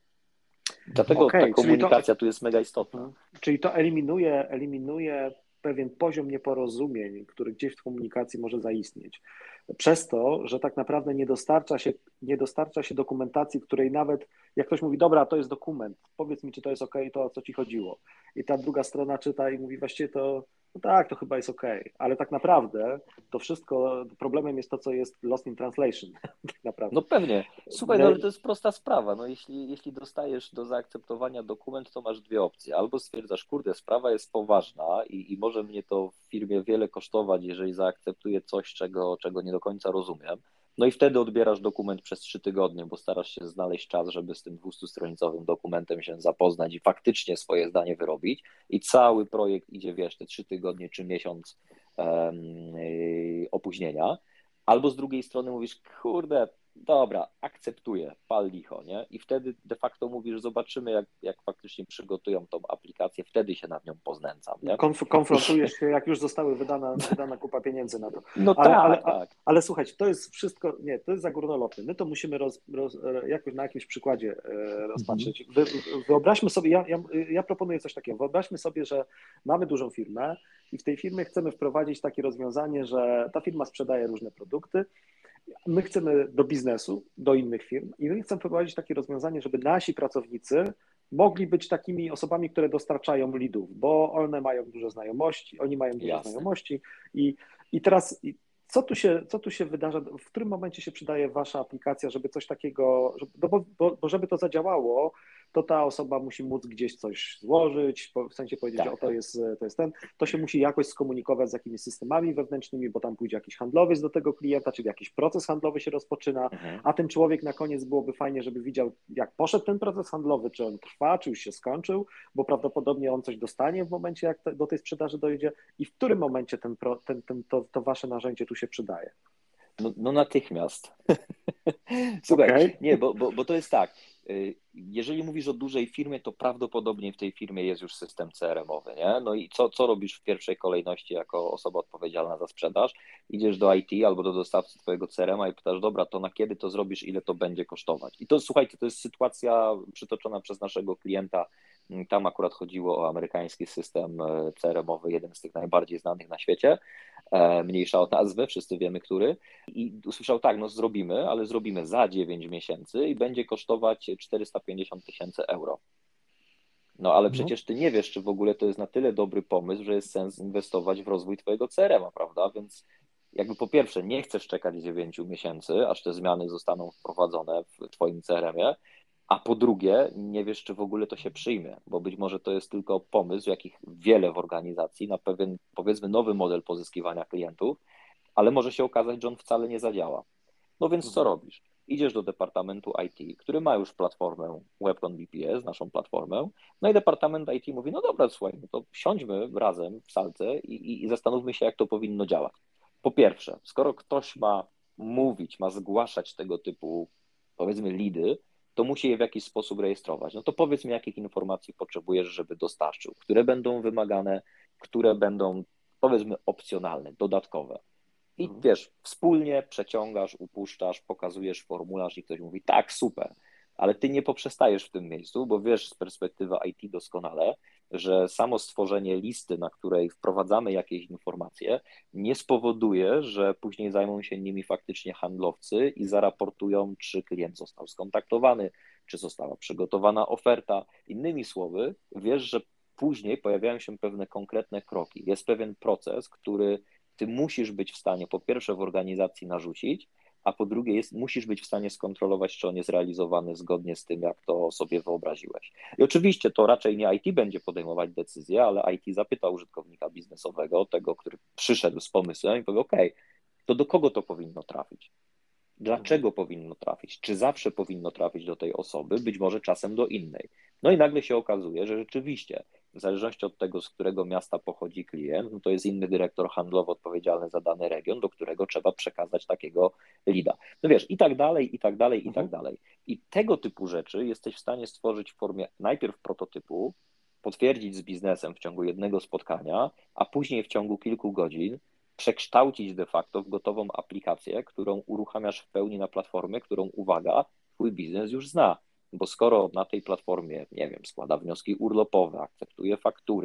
Dlatego Okay, ta komunikacja to, tu jest mega istotna. Czyli to eliminuje, eliminuje pewien poziom nieporozumień, który gdzieś w komunikacji może zaistnieć. Przez to, że tak naprawdę nie dostarcza się, nie dostarcza się dokumentacji, której nawet jak ktoś mówi, dobra, to jest dokument, powiedz mi, czy to jest OK, to o co ci chodziło. I ta druga strona czyta i mówi, właściwie to, no tak, to chyba jest OK, ale tak naprawdę to wszystko, problemem jest to, co jest lost in translation, tak naprawdę. No pewnie. Słuchaj, no ale to jest prosta sprawa. No jeśli, jeśli dostajesz do zaakceptowania dokument, to masz dwie opcje. Albo stwierdzasz, kurde, sprawa jest poważna i, i może mnie to w firmie wiele kosztować, jeżeli zaakceptuję coś, czego, czego nie do końca rozumiem. No i wtedy odbierasz dokument przez trzy tygodnie, bo starasz się znaleźć czas, żeby z tym dwustostronicowym dokumentem się zapoznać i faktycznie swoje zdanie wyrobić. I cały projekt idzie, wiesz, te trzy tygodnie czy miesiąc um, yy, opóźnienia. Albo z drugiej strony mówisz, kurde, dobra, akceptuję, pal licho, nie? I wtedy de facto mówisz, zobaczymy, jak, jak faktycznie przygotują tą aplikację, wtedy się nad nią poznęcam, nie? Konf- konfrontujesz się, jak już zostały wydana, wydana kupa pieniędzy na to. No ale, tak, ale, tak. Ale słuchajcie, to jest wszystko, nie, to jest za górnolotne. My to musimy roz, roz, jakoś na jakimś przykładzie e, rozpatrzeć. Wy, wyobraźmy sobie, ja, ja, ja proponuję coś takiego, wyobraźmy sobie, że mamy dużą firmę i w tej firmie chcemy wprowadzić takie rozwiązanie, że ta firma sprzedaje różne produkty. My chcemy do biznesu, do innych firm i my chcemy wprowadzić takie rozwiązanie, żeby nasi pracownicy mogli być takimi osobami, które dostarczają leadów, bo one mają duże znajomości, oni mają duże Jasne. znajomości i, i teraz co tu, się, co tu się wydarza, w którym momencie się przydaje wasza aplikacja, żeby coś takiego, żeby, no bo, bo, bo żeby to zadziałało, to ta osoba musi móc gdzieś coś złożyć, w sensie powiedzieć, Tak. że o, to jest, to jest ten, to się musi jakoś skomunikować z jakimiś systemami wewnętrznymi, bo tam pójdzie jakiś handlowiec do tego klienta, czyli jakiś proces handlowy się rozpoczyna, Mhm. a ten człowiek na koniec byłoby fajnie, żeby widział, jak poszedł ten proces handlowy, czy on trwa, czy już się skończył, bo prawdopodobnie on coś dostanie w momencie, jak te, do tej sprzedaży dojdzie i w którym momencie ten, pro, ten, ten, to, to wasze narzędzie tu się przydaje. No, no natychmiast. Słuchaj, Okay. nie, bo, bo, bo to jest tak, jeżeli mówisz o dużej firmie, to prawdopodobnie w tej firmie jest już system C R M-owy, nie? No i co, co robisz w pierwszej kolejności jako osoba odpowiedzialna za sprzedaż? Idziesz do I T albo do dostawcy twojego C R M-a i pytasz, dobra, to na kiedy to zrobisz, ile to będzie kosztować? I to, słuchajcie, to jest sytuacja przytoczona przez naszego klienta. Tam akurat chodziło o amerykański system C R M-owy, jeden z tych najbardziej znanych na świecie, mniejsza o nazwę, wszyscy wiemy, który. I usłyszał, tak, no zrobimy, ale zrobimy za dziewięć miesięcy i będzie kosztować czterysta pięćdziesiąt tysięcy euro. No ale No. przecież ty nie wiesz, czy w ogóle to jest na tyle dobry pomysł, że jest sens inwestować w rozwój twojego C R M-a, prawda? Więc jakby po pierwsze nie chcesz czekać dziewięć miesięcy, aż te zmiany zostaną wprowadzone w twoim C R M-ie, a po drugie nie wiesz, czy w ogóle to się przyjmie, bo być może to jest tylko pomysł, jakich wiele w organizacji, na pewien, powiedzmy, nowy model pozyskiwania klientów, ale może się okazać, że on wcale nie zadziała. No więc co robisz? Idziesz do departamentu I T, który ma już platformę Webcon B P S, naszą platformę, no i departament I T mówi, no dobra, słuchaj, no to siądźmy razem w salce i, i, i zastanówmy się, jak to powinno działać. Po pierwsze, skoro ktoś ma mówić, ma zgłaszać tego typu, powiedzmy, lidy, to musi je w jakiś sposób rejestrować. No to powiedz mi, jakich informacji potrzebujesz, żeby dostarczył, które będą wymagane, które będą, powiedzmy, opcjonalne, dodatkowe. I wiesz, wspólnie przeciągasz, upuszczasz, pokazujesz formularz i ktoś mówi, tak, super, ale ty nie poprzestajesz w tym miejscu, bo wiesz z perspektywy I T doskonale, że samo stworzenie listy, na której wprowadzamy jakieś informacje, nie spowoduje, że później zajmą się nimi faktycznie handlowcy i zaraportują, czy klient został skontaktowany, czy została przygotowana oferta. Innymi słowy, wiesz, że później pojawiają się pewne konkretne kroki. Jest pewien proces, który ty musisz być w stanie po pierwsze w organizacji narzucić, a po drugie jest, musisz być w stanie skontrolować, czy on jest realizowany zgodnie z tym, jak to sobie wyobraziłeś. I oczywiście to raczej nie I T będzie podejmować decyzję, ale I T zapyta użytkownika biznesowego, tego, który przyszedł z pomysłem i powie, OK, to do kogo to powinno trafić? Dlaczego powinno trafić? Czy zawsze powinno trafić do tej osoby? Być może czasem do innej. No i nagle się okazuje, że rzeczywiście w zależności od tego, z którego miasta pochodzi klient, no to jest inny dyrektor handlowy odpowiedzialny za dany region, do którego trzeba przekazać takiego lida. No wiesz, i tak dalej, i tak dalej, i Mhm. tak dalej. I tego typu rzeczy jesteś w stanie stworzyć w formie najpierw prototypu, potwierdzić z biznesem w ciągu jednego spotkania, a później w ciągu kilku godzin przekształcić de facto w gotową aplikację, którą uruchamiasz w pełni na platformie, którą, uwaga, twój biznes już zna. Bo skoro na tej platformie, nie wiem, składa wnioski urlopowe, akceptuje faktury,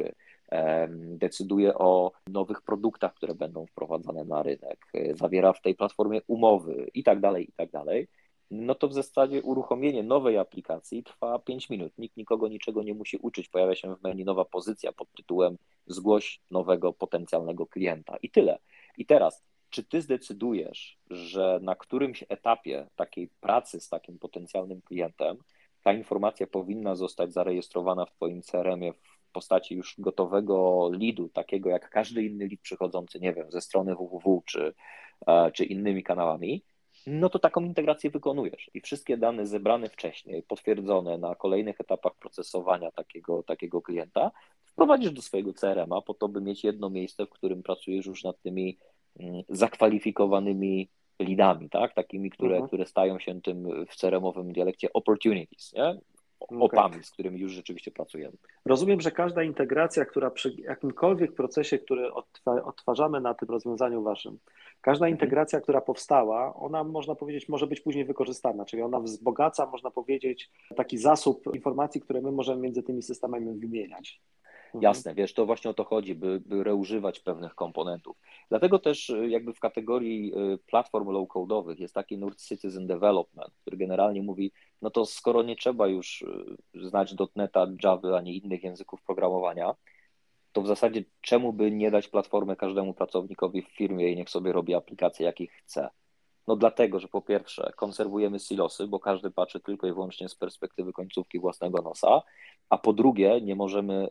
decyduje o nowych produktach, które będą wprowadzane na rynek, zawiera w tej platformie umowy i tak dalej, i tak dalej, no to w zasadzie uruchomienie nowej aplikacji trwa pięć minut. Nikt nikogo niczego nie musi uczyć. Pojawia się w menu nowa pozycja pod tytułem zgłoś nowego potencjalnego klienta i tyle. I teraz, czy ty zdecydujesz, że na którymś etapie takiej pracy z takim potencjalnym klientem ta informacja powinna zostać zarejestrowana w twoim C R M-ie w postaci już gotowego leadu, takiego jak każdy inny lead przychodzący, nie wiem, ze strony www czy, czy innymi kanałami, no to taką integrację wykonujesz i wszystkie dane zebrane wcześniej, potwierdzone na kolejnych etapach procesowania takiego, takiego klienta, wprowadzisz do swojego C R M-a po to, by mieć jedno miejsce, w którym pracujesz już nad tymi zakwalifikowanymi leadami, tak? Takimi, które, Mhm. które stają się tym w C R M-owym dialekcie opportunities, nie? Opami, okay. z którymi już rzeczywiście pracujemy. Rozumiem, że każda integracja, która przy jakimkolwiek procesie, który odtwarzamy na tym rozwiązaniu waszym, każda integracja, mhm. która powstała, ona można powiedzieć może być później wykorzystana, czyli ona wzbogaca, można powiedzieć, taki zasób informacji, które my możemy między tymi systemami wymieniać. Jasne, wiesz, to właśnie o to chodzi, by, by reużywać pewnych komponentów. Dlatego też jakby w kategorii platform low-codowych jest taki nurt Citizen Development, który generalnie mówi, no to skoro nie trzeba już znać dotneta, Java ani innych języków programowania, to w zasadzie czemu by nie dać platformy każdemu pracownikowi w firmie i niech sobie robi aplikacje, jakich chce? No dlatego, że po pierwsze konserwujemy silosy, bo każdy patrzy tylko i wyłącznie z perspektywy końcówki własnego nosa, a po drugie nie możemy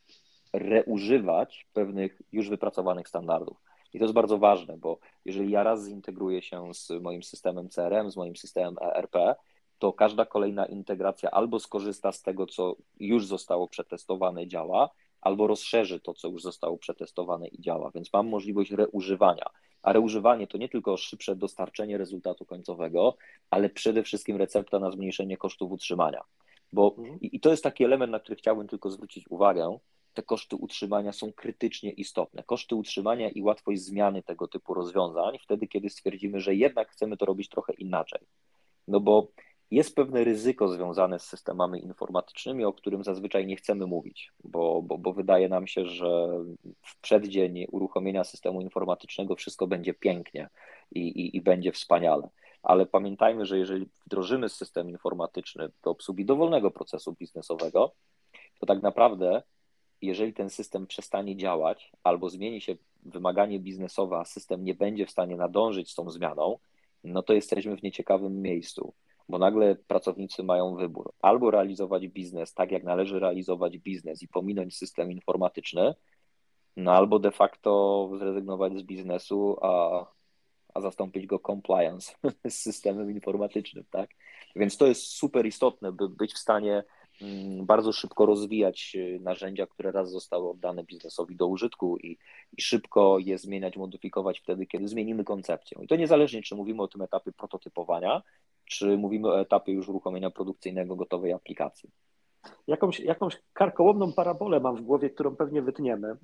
reużywać pewnych już wypracowanych standardów. I to jest bardzo ważne, bo jeżeli ja raz zintegruję się z moim systemem C R M, z moim systemem E R P, to każda kolejna integracja albo skorzysta z tego, co już zostało przetestowane, działa, albo rozszerzy to, co już zostało przetestowane i działa, więc mam możliwość reużywania. A reużywanie to nie tylko szybsze dostarczenie rezultatu końcowego, ale przede wszystkim recepta na zmniejszenie kosztów utrzymania. Bo i to jest taki element, na który chciałbym tylko zwrócić uwagę. Te koszty utrzymania są krytycznie istotne. Koszty utrzymania i łatwość zmiany tego typu rozwiązań wtedy, kiedy stwierdzimy, że jednak chcemy to robić trochę inaczej. No bo jest pewne ryzyko związane z systemami informatycznymi, o którym zazwyczaj nie chcemy mówić, bo, bo, bo wydaje nam się, że w przeddzień uruchomienia systemu informatycznego wszystko będzie pięknie i, i, i będzie wspaniale. Ale pamiętajmy, że jeżeli wdrożymy system informatyczny do obsługi dowolnego procesu biznesowego, to tak naprawdę jeżeli ten system przestanie działać albo zmieni się wymaganie biznesowe, a system nie będzie w stanie nadążyć z tą zmianą, no to jesteśmy w nieciekawym miejscu, bo nagle pracownicy mają wybór. Albo realizować biznes tak, jak należy realizować biznes i pominąć system informatyczny, no albo de facto zrezygnować z biznesu, a, a zastąpić go compliance z systemem informatycznym, tak? Więc to jest super istotne, by być w stanie bardzo szybko rozwijać narzędzia, które raz zostały oddane biznesowi do użytku i, i szybko je zmieniać, modyfikować wtedy, kiedy zmienimy koncepcję. I to niezależnie, czy mówimy o tym etapie prototypowania, czy mówimy o etapie już uruchomienia produkcyjnego gotowej aplikacji. Jakąś, jakąś karkołomną parabolę mam w głowie, którą pewnie wytniemy,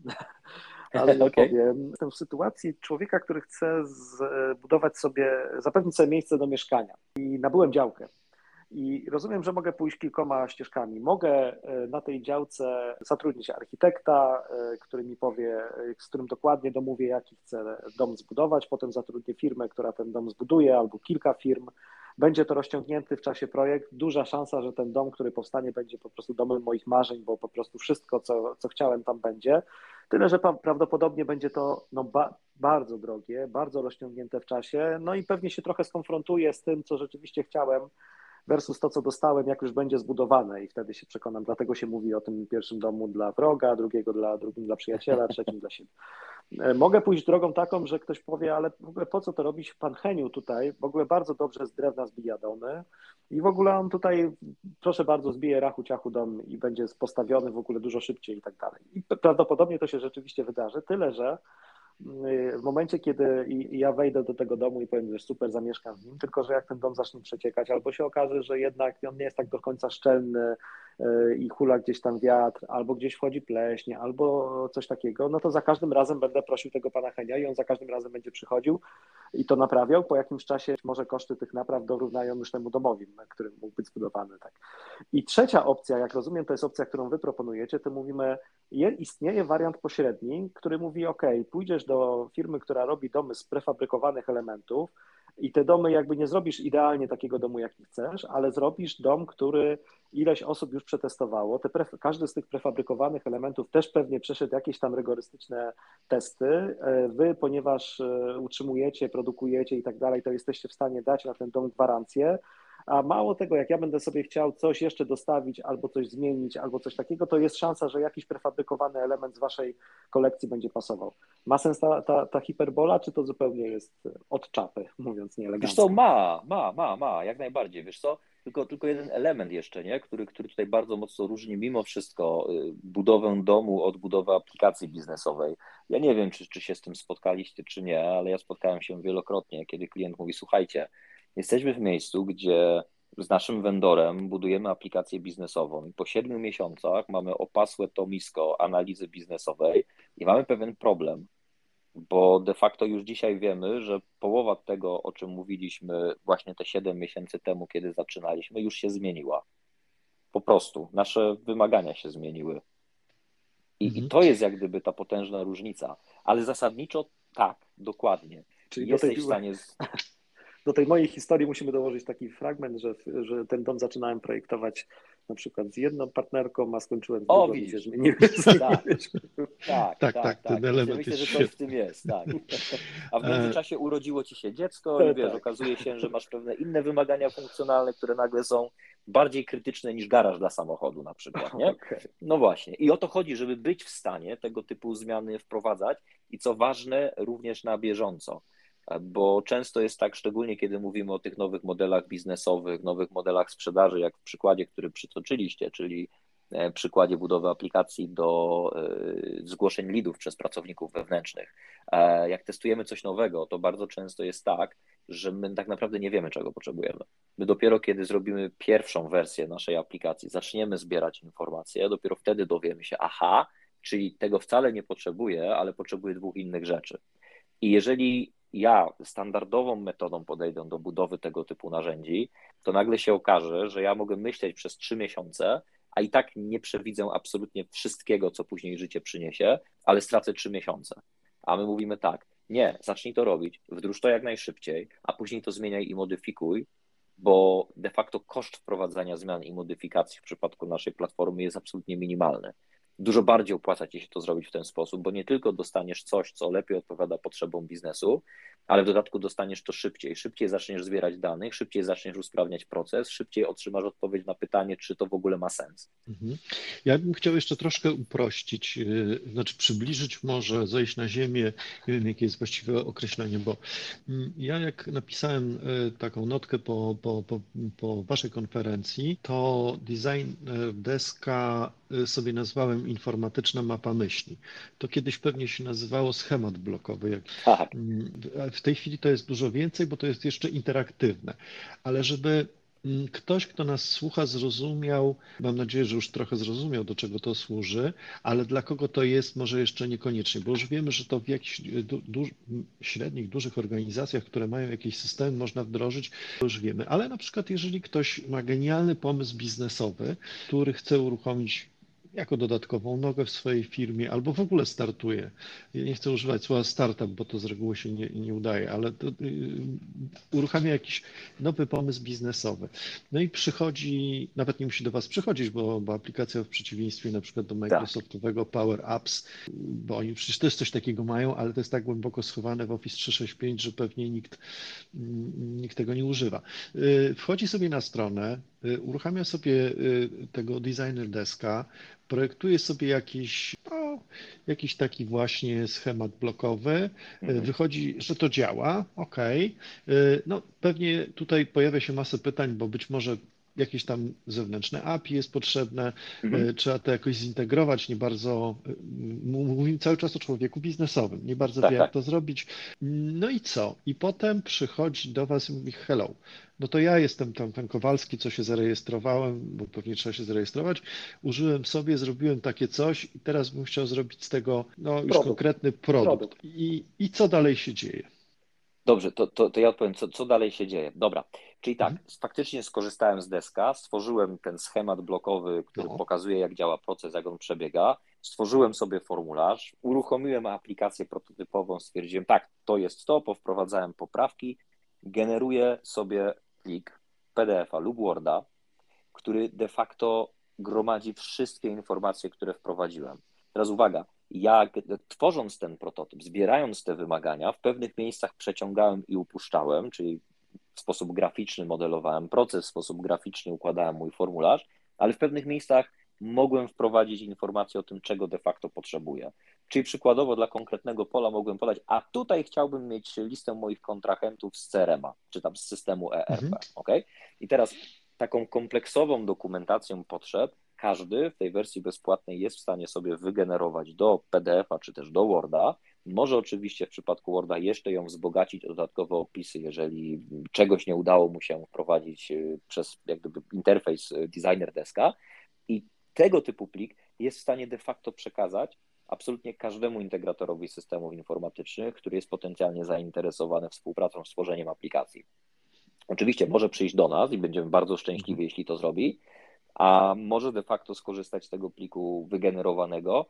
ale nie Okay. powiem. Jestem w sytuacji człowieka, który chce zbudować sobie, zapewnić sobie miejsce do mieszkania i nabyłem działkę. I rozumiem, że mogę pójść kilkoma ścieżkami. Mogę na tej działce zatrudnić architekta, który mi powie, z którym dokładnie domówię, jaki chcę dom zbudować. Potem zatrudnię firmę, która ten dom zbuduje, albo kilka firm. Będzie to rozciągnięty w czasie projekt. Duża szansa, że ten dom, który powstanie, będzie po prostu domem moich marzeń, bo po prostu wszystko, co, co chciałem, tam będzie. Tyle, że prawdopodobnie będzie to no, ba bardzo drogie, bardzo rozciągnięte w czasie, no i pewnie się trochę skonfrontuję z tym, co rzeczywiście chciałem, versus to, co dostałem, jak już będzie zbudowane i wtedy się przekonam. Dlatego się mówi o tym pierwszym domu dla wroga, drugiego dla, drugim dla przyjaciela, trzecim dla siebie. Mogę pójść drogą taką, że ktoś powie, ale w ogóle po co to robić pan Heniu tutaj? W ogóle bardzo dobrze z drewna zbija domy i w ogóle on tutaj, proszę bardzo, zbije rachu ciachu dom i będzie postawiony w ogóle dużo szybciej i tak dalej. I prawdopodobnie to się rzeczywiście wydarzy, tyle że w momencie, kiedy ja wejdę do tego domu i powiem, że super, zamieszkam w nim, tylko że jak ten dom zacznie przeciekać, albo się okaże, że jednak on nie jest tak do końca szczelny, i hula gdzieś tam wiatr, albo gdzieś wchodzi pleśń, albo coś takiego, no to za każdym razem będę prosił tego pana Henia i on za każdym razem będzie przychodził i to naprawiał. Po jakimś czasie może koszty tych napraw dorównają już temu domowi, na którym mógł być zbudowany. Tak. I trzecia opcja, jak rozumiem, to jest opcja, którą wy proponujecie, to mówimy, istnieje wariant pośredni, który mówi, ok, pójdziesz do firmy, która robi domy z prefabrykowanych elementów i te domy jakby nie zrobisz idealnie takiego domu, jaki chcesz, ale zrobisz dom, który ileś osób już przetestowało. Te pre, każdy z tych prefabrykowanych elementów też pewnie przeszedł jakieś tam rygorystyczne testy. Wy, ponieważ utrzymujecie, produkujecie i tak dalej, to jesteście w stanie dać na ten dom gwarancję. A mało tego, jak ja będę sobie chciał coś jeszcze dostawić, albo coś zmienić, albo coś takiego, to jest szansa, że jakiś prefabrykowany element z waszej kolekcji będzie pasował. Ma sens ta, ta, ta hiperbola, czy to zupełnie jest od czapy, mówiąc nieelegancko? Wiesz co, ma, ma, ma, ma, jak najbardziej, wiesz co, tylko, tylko jeden element jeszcze, nie? Który, który tutaj bardzo mocno różni mimo wszystko budowę domu od budowy aplikacji biznesowej. Ja nie wiem, czy, czy się z tym spotkaliście, czy nie, ale ja spotkałem się wielokrotnie, kiedy klient mówi, słuchajcie, jesteśmy w miejscu, gdzie z naszym vendorem budujemy aplikację biznesową i po siedmiu miesiącach mamy opasłe tomisko analizy biznesowej i mamy pewien problem, bo de facto już dzisiaj wiemy, że połowa tego, o czym mówiliśmy właśnie te siedem miesięcy temu, kiedy zaczynaliśmy, już się zmieniła. Po prostu nasze wymagania się zmieniły. I, Mhm. i to jest jak gdyby ta potężna różnica, ale zasadniczo tak, dokładnie. Czyli jesteś do tej... w stanie... Z... Do tej mojej historii musimy dołożyć taki fragment, że, że ten dom zaczynałem projektować na przykład z jedną partnerką, a skończyłem z O, drugą. widzisz. Zmieniły, tak. tak, tak, tak, tak, ten tak. element Myślę, jest że coś świetny. w tym jest, tak. A w międzyczasie urodziło ci się dziecko i wiesz, tak. okazuje się, że masz pewne inne wymagania funkcjonalne, które nagle są bardziej krytyczne niż garaż dla samochodu na przykład, nie? Okay. No właśnie. I o to chodzi, żeby być w stanie tego typu zmiany wprowadzać i co ważne, również na bieżąco. Bo często jest tak, szczególnie kiedy mówimy o tych nowych modelach biznesowych, nowych modelach sprzedaży, jak w przykładzie, który przytoczyliście, czyli przykładzie budowy aplikacji do zgłoszeń leadów przez pracowników wewnętrznych. Jak testujemy coś nowego, to bardzo często jest tak, że my tak naprawdę nie wiemy, czego potrzebujemy. My dopiero kiedy zrobimy pierwszą wersję naszej aplikacji, zaczniemy zbierać informacje, dopiero wtedy dowiemy się, aha, czyli tego wcale nie potrzebuję, ale potrzebuję dwóch innych rzeczy. I jeżeli ja standardową metodą podejdę do budowy tego typu narzędzi, to nagle się okaże, że ja mogę myśleć przez trzy miesiące, a i tak nie przewidzę absolutnie wszystkiego, co później życie przyniesie, ale stracę trzy miesiące. A my mówimy tak, nie, zacznij to robić, wdróż to jak najszybciej, a później to zmieniaj i modyfikuj, bo de facto koszt wprowadzania zmian i modyfikacji w przypadku naszej platformy jest absolutnie minimalny. Dużo bardziej opłaca ci się to zrobić w ten sposób, bo nie tylko dostaniesz coś, co lepiej odpowiada potrzebom biznesu, ale w dodatku dostaniesz to szybciej. Szybciej zaczniesz zbierać danych, szybciej zaczniesz usprawniać proces, szybciej otrzymasz odpowiedź na pytanie, czy to w ogóle ma sens. Mhm. Ja bym chciał jeszcze troszkę uprościć, znaczy przybliżyć może, zejść na ziemię, nie wiem jakie jest właściwe określenie, bo ja jak napisałem taką notkę po, po, po, po waszej konferencji, to design deska sobie nazwałem informatyczna mapa myśli. To kiedyś pewnie się nazywało schemat blokowy. Jak Tak. w tej chwili to jest dużo więcej, bo to jest jeszcze interaktywne, ale żeby ktoś, kto nas słucha, zrozumiał, mam nadzieję, że już trochę zrozumiał, do czego to służy, ale dla kogo to jest, może jeszcze niekoniecznie, bo już wiemy, że to w jakichś du, du, średnich, dużych organizacjach, które mają jakieś systemy, można wdrożyć, to już wiemy. Ale na przykład, jeżeli ktoś ma genialny pomysł biznesowy, który chce uruchomić jako dodatkową nogę w swojej firmie, albo w ogóle startuje. Ja nie chcę używać słowa startup, bo to z reguły się nie, nie udaje, ale to, yy, uruchamia jakiś nowy pomysł biznesowy. No i przychodzi, nawet nie musi do Was przychodzić, bo, bo aplikacja w przeciwieństwie na przykład do Microsoftowego Power Apps, bo oni przecież też coś takiego mają, ale to jest tak głęboko schowane w Office trzysta sześćdziesiąt pięć, że pewnie nikt, nikt tego nie używa. Yy, wchodzi sobie na stronę, yy, uruchamia sobie yy, tego designer deska, projektuje sobie jakiś, no, jakiś taki właśnie schemat blokowy, Mhm. wychodzi, że to działa, ok. No pewnie tutaj pojawia się masę pytań, bo być może jakieś tam zewnętrzne A P I jest potrzebne, Mhm. trzeba to jakoś zintegrować, nie bardzo, mówimy cały czas o człowieku biznesowym, nie bardzo wie Tak, jak tak. to zrobić. No i co? I potem przychodzi do Was i mówi hello, no to ja jestem tam pan Kowalski, co się zarejestrowałem, bo pewnie trzeba się zarejestrować, użyłem sobie, zrobiłem takie coś i teraz bym chciał zrobić z tego no już Produkt. konkretny produkt. Produkt. I, i co dalej się dzieje? Dobrze, to, to, to ja odpowiem, co, co dalej się dzieje. Dobra, czyli Mhm. tak, faktycznie skorzystałem z deska, stworzyłem ten schemat blokowy, który No. pokazuje, jak działa proces, jak on przebiega, stworzyłem sobie formularz, uruchomiłem aplikację prototypową, stwierdziłem, tak, to jest to, powprowadzałem poprawki, generuję sobie plik P D F a lub Worda, który de facto gromadzi wszystkie informacje, które wprowadziłem. Teraz uwaga, ja tworząc ten prototyp, zbierając te wymagania, w pewnych miejscach przeciągałem i upuszczałem, czyli w sposób graficzny modelowałem proces, w sposób graficzny układałem mój formularz, ale w pewnych miejscach mogłem wprowadzić informacje o tym, czego de facto potrzebuję. Czyli przykładowo dla konkretnego pola mogłem podać, a tutaj chciałbym mieć listę moich kontrahentów z C R M a, czy tam z systemu E R P, Mhm. ok? I teraz taką kompleksową dokumentacją potrzeb każdy w tej wersji bezpłatnej jest w stanie sobie wygenerować do P D F a czy też do Worda. Może oczywiście w przypadku Worda jeszcze ją wzbogacić o dodatkowe opisy, jeżeli czegoś nie udało mu się wprowadzić przez jak gdyby interfejs designer deska. I tego typu plik jest w stanie de facto przekazać absolutnie każdemu integratorowi systemów informatycznych, który jest potencjalnie zainteresowany współpracą z tworzeniem aplikacji. Oczywiście może przyjść do nas i będziemy bardzo szczęśliwi, jeśli to zrobi, a może de facto skorzystać z tego pliku wygenerowanego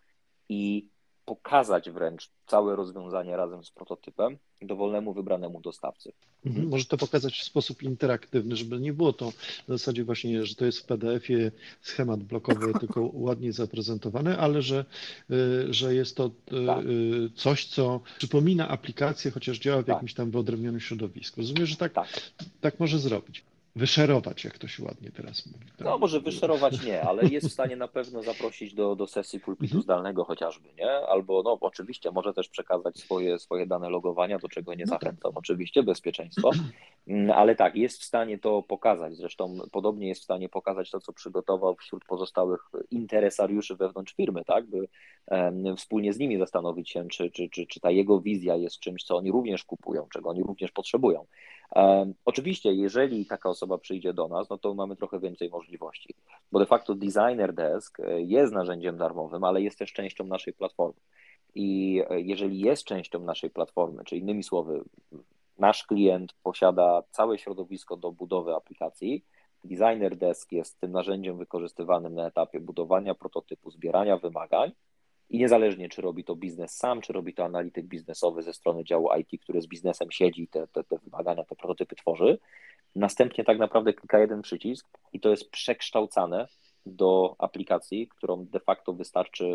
i pokazać wręcz całe rozwiązanie razem z prototypem dowolnemu wybranemu dostawcy. Mhm. Mhm. Może to pokazać w sposób interaktywny, żeby nie było to na zasadzie właśnie, że to jest w P D F-ie schemat blokowy, tylko ładnie zaprezentowane, ale że, y, że jest to y, Tak, y, coś, co przypomina aplikację, chociaż działa w tak, jakimś tam wyodrębnionym środowisku. Rozumiem, że tak, tak. tak może zrobić. Wyszerować, jak to się ładnie teraz mówi. Tak? No może wyszerować nie, ale jest w stanie na pewno zaprosić do, do sesji pulpitu Mhm. zdalnego chociażby, nie? Albo no oczywiście może też przekazać swoje, swoje dane logowania, do czego nie No tak. zachęcam, oczywiście, bezpieczeństwo, ale tak, jest w stanie to pokazać, zresztą podobnie jest w stanie pokazać to, co przygotował wśród pozostałych interesariuszy wewnątrz firmy, tak, by um, wspólnie z nimi zastanowić się, czy, czy, czy, czy ta jego wizja jest czymś, co oni również kupują, czego oni również potrzebują. Um, oczywiście, jeżeli taka osoba przyjdzie do nas, no to mamy trochę więcej możliwości, bo de facto Designer Desk jest narzędziem darmowym, ale jest też częścią naszej platformy. I jeżeli jest częścią naszej platformy, czy innymi słowy, nasz klient posiada całe środowisko do budowy aplikacji, Designer Desk jest tym narzędziem wykorzystywanym na etapie budowania prototypu, zbierania wymagań i niezależnie, czy robi to biznes sam, czy robi to analityk biznesowy ze strony działu I T, który z biznesem siedzi i te, te, te wymagania, te prototypy tworzy, następnie tak naprawdę klika jeden przycisk i to jest przekształcane do aplikacji, którą de facto wystarczy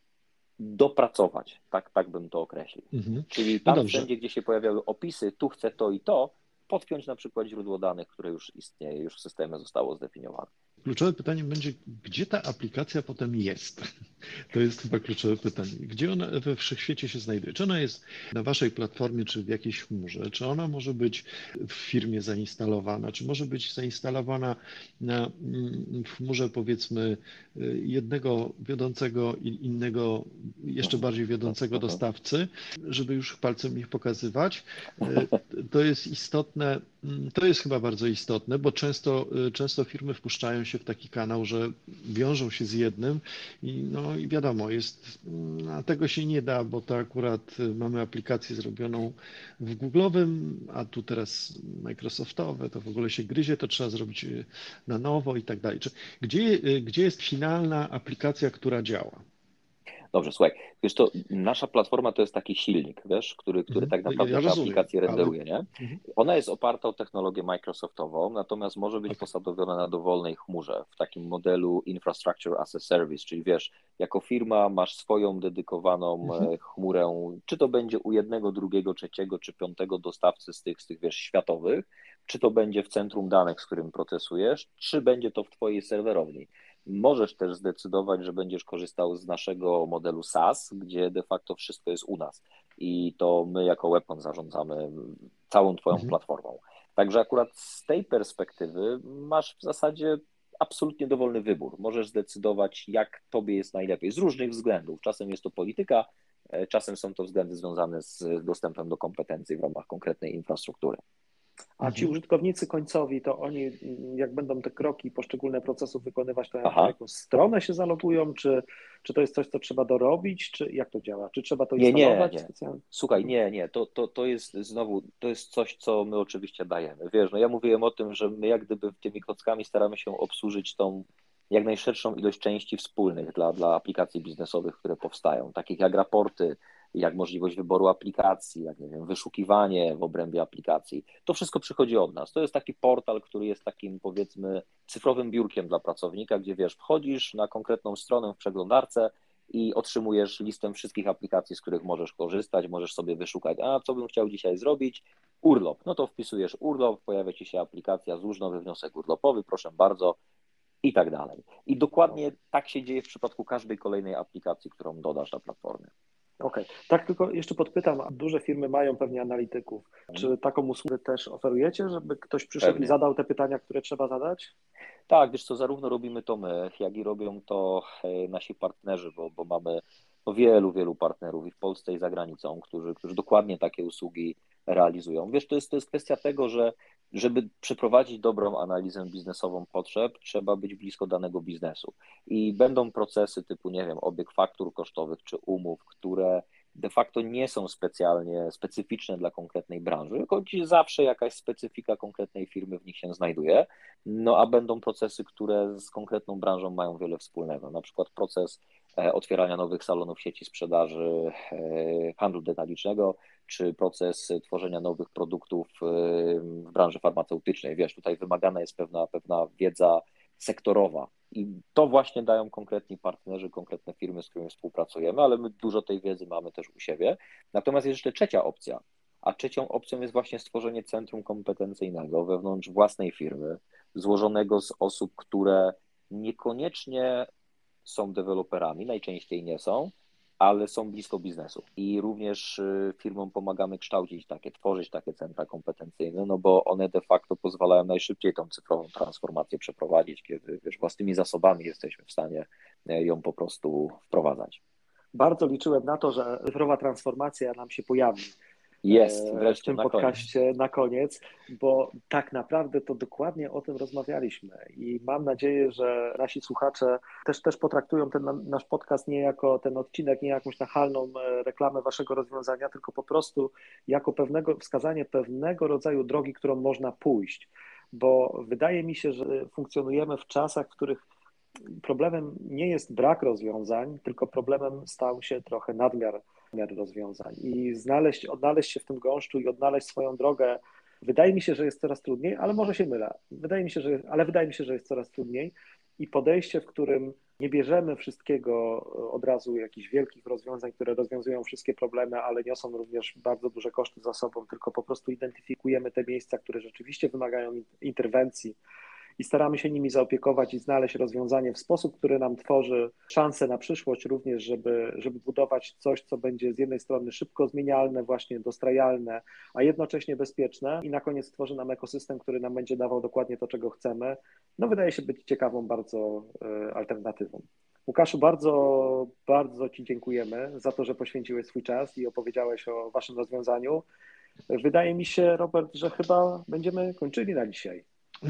dopracować, tak, tak bym to określił. Mhm. Czyli No tam dobrze. wszędzie, gdzie się pojawiały opisy, tu chcę to i to, podpiąć na przykład źródło danych, które już istnieje, już w systemie zostało zdefiniowane. Kluczowe pytanie będzie, gdzie ta aplikacja potem jest? To jest chyba kluczowe pytanie. Gdzie ona we wszechświecie się znajduje? Czy ona jest na waszej platformie, czy w jakiejś chmurze? Czy ona może być w firmie zainstalowana? Czy może być zainstalowana na, w chmurze powiedzmy jednego wiodącego i innego, jeszcze bardziej wiodącego dostawcy, żeby już palcem ich pokazywać? To jest istotne, to jest chyba bardzo istotne, bo często, często firmy wpuszczają się w taki kanał, że wiążą się z jednym i no i wiadomo, jest, a tego się nie da, bo to akurat mamy aplikację zrobioną w Google'owym, a tu teraz Microsoftowe, to w ogóle się gryzie, to trzeba zrobić na nowo i tak dalej. Gdzie, gdzie jest finalna aplikacja, która działa? Dobrze, słuchaj, wiesz to nasza platforma to jest taki silnik, wiesz, który, który Mhm. tak Ja naprawdę ja te rozumiem, aplikacje ale renderuje, nie? mhm. Ona jest oparta o technologię Microsoftową, natomiast może być Okay. posadowiona na dowolnej chmurze, w takim modelu Infrastructure as a Service, czyli wiesz, jako firma masz swoją dedykowaną Mhm. chmurę, czy to będzie u jednego, drugiego, trzeciego, czy piątego dostawcy z tych, z tych wiesz, światowych, czy to będzie w centrum danych, z którym procesujesz, czy będzie to w twojej serwerowni. Możesz też zdecydować, że będziesz korzystał z naszego modelu SaaS, gdzie de facto wszystko jest u nas i to my jako Webcon zarządzamy całą twoją Mhm. platformą. Także akurat z tej perspektywy masz w zasadzie absolutnie dowolny wybór. Możesz zdecydować, jak tobie jest najlepiej, z różnych względów. Czasem jest to polityka, czasem są to względy związane z dostępem do kompetencji w ramach konkretnej infrastruktury. A ci użytkownicy końcowi, to oni, jak będą te kroki, poszczególne procesów wykonywać, to Aha. na jakąś stronę się zalogują, czy, czy to jest coś, co trzeba dorobić, czy jak to działa? Czy trzeba to Nie, nie, instalować nie. specjalnie? Słuchaj, nie, nie, to, to, to jest znowu, to jest coś, co my oczywiście dajemy. Wiesz, no ja mówiłem o tym, że my jak gdyby tymi klockami staramy się obsłużyć tą jak najszerszą ilość części wspólnych dla, dla aplikacji biznesowych, które powstają, takich jak raporty, jak możliwość wyboru aplikacji, jak nie wiem, wyszukiwanie w obrębie aplikacji. To wszystko przychodzi od nas. To jest taki portal, który jest takim, powiedzmy, cyfrowym biurkiem dla pracownika, gdzie wiesz, wchodzisz na konkretną stronę w przeglądarce i otrzymujesz listę wszystkich aplikacji, z których możesz korzystać, możesz sobie wyszukać, a co bym chciał dzisiaj zrobić? Urlop. No to wpisujesz urlop, pojawia ci się aplikacja, złóż nowy wniosek urlopowy, proszę bardzo, i tak dalej. I dokładnie tak się dzieje w przypadku każdej kolejnej aplikacji, którą dodasz na platformie. Okej, okay. Tak tylko jeszcze podpytam, duże firmy mają pewnie analityków. Czy taką usługę też oferujecie, żeby ktoś przyszedł Pewnie. i zadał te pytania, które trzeba zadać? Tak, wiesz co, zarówno robimy to my, jak i robią to nasi partnerzy, bo, bo mamy no, wielu, wielu partnerów i w Polsce i za granicą, którzy, którzy dokładnie takie usługi realizują. Wiesz, to jest, to jest kwestia tego, że żeby przeprowadzić dobrą analizę biznesową potrzeb, trzeba być blisko danego biznesu. I będą procesy typu, nie wiem, obieg faktur kosztowych czy umów, które de facto nie są specjalnie specyficzne dla konkretnej branży, choć zawsze jakaś specyfika konkretnej firmy w nich się znajduje, no a będą procesy, które z konkretną branżą mają wiele wspólnego, na przykład proces otwierania nowych salonów sieci sprzedaży handlu detalicznego, czy proces tworzenia nowych produktów w branży farmaceutycznej. Wiesz, tutaj wymagana jest pewna, pewna wiedza sektorowa i to właśnie dają konkretni partnerzy, konkretne firmy, z którymi współpracujemy, ale my dużo tej wiedzy mamy też u siebie. Natomiast jest jeszcze trzecia opcja, a trzecią opcją jest właśnie stworzenie centrum kompetencyjnego wewnątrz własnej firmy, złożonego z osób, które niekoniecznie są deweloperami, najczęściej nie są, ale są blisko biznesu. I również firmom pomagamy kształcić takie, tworzyć takie centra kompetencyjne, no bo one de facto pozwalają najszybciej tą cyfrową transformację przeprowadzić, kiedy wiesz, własnymi zasobami jesteśmy w stanie ją po prostu wprowadzać. Bardzo liczyłem na to, że cyfrowa transformacja nam się pojawi. Jest, wreszcie, w tym na podcaście koniec. na koniec, bo tak naprawdę to dokładnie o tym rozmawialiśmy i mam nadzieję, że nasi słuchacze też, też potraktują ten nasz podcast nie jako ten odcinek, nie jakąś nachalną reklamę waszego rozwiązania, tylko po prostu jako pewnego, wskazanie pewnego rodzaju drogi, którą można pójść, bo wydaje mi się, że funkcjonujemy w czasach, w których problemem nie jest brak rozwiązań, tylko problemem stał się trochę nadmiar rozwiązań i znaleźć, odnaleźć się w tym gąszczu i odnaleźć swoją drogę, wydaje mi się, że jest coraz trudniej, ale może się mylę, wydaje mi się, że, ale wydaje mi się, że jest coraz trudniej i podejście, w którym nie bierzemy wszystkiego od razu, jakichś wielkich rozwiązań, które rozwiązują wszystkie problemy, ale niosą również bardzo duże koszty za sobą, tylko po prostu identyfikujemy te miejsca, które rzeczywiście wymagają interwencji i staramy się nimi zaopiekować i znaleźć rozwiązanie w sposób, który nam tworzy szansę na przyszłość również, żeby, żeby budować coś, co będzie z jednej strony szybko zmienialne, właśnie dostrajalne, a jednocześnie bezpieczne i na koniec tworzy nam ekosystem, który nam będzie dawał dokładnie to, czego chcemy. No wydaje się być ciekawą bardzo alternatywą. Łukaszu, bardzo, bardzo Ci dziękujemy za to, że poświęciłeś swój czas i opowiedziałeś o Waszym rozwiązaniu. Wydaje mi się, Robert, że chyba będziemy kończyli na dzisiaj.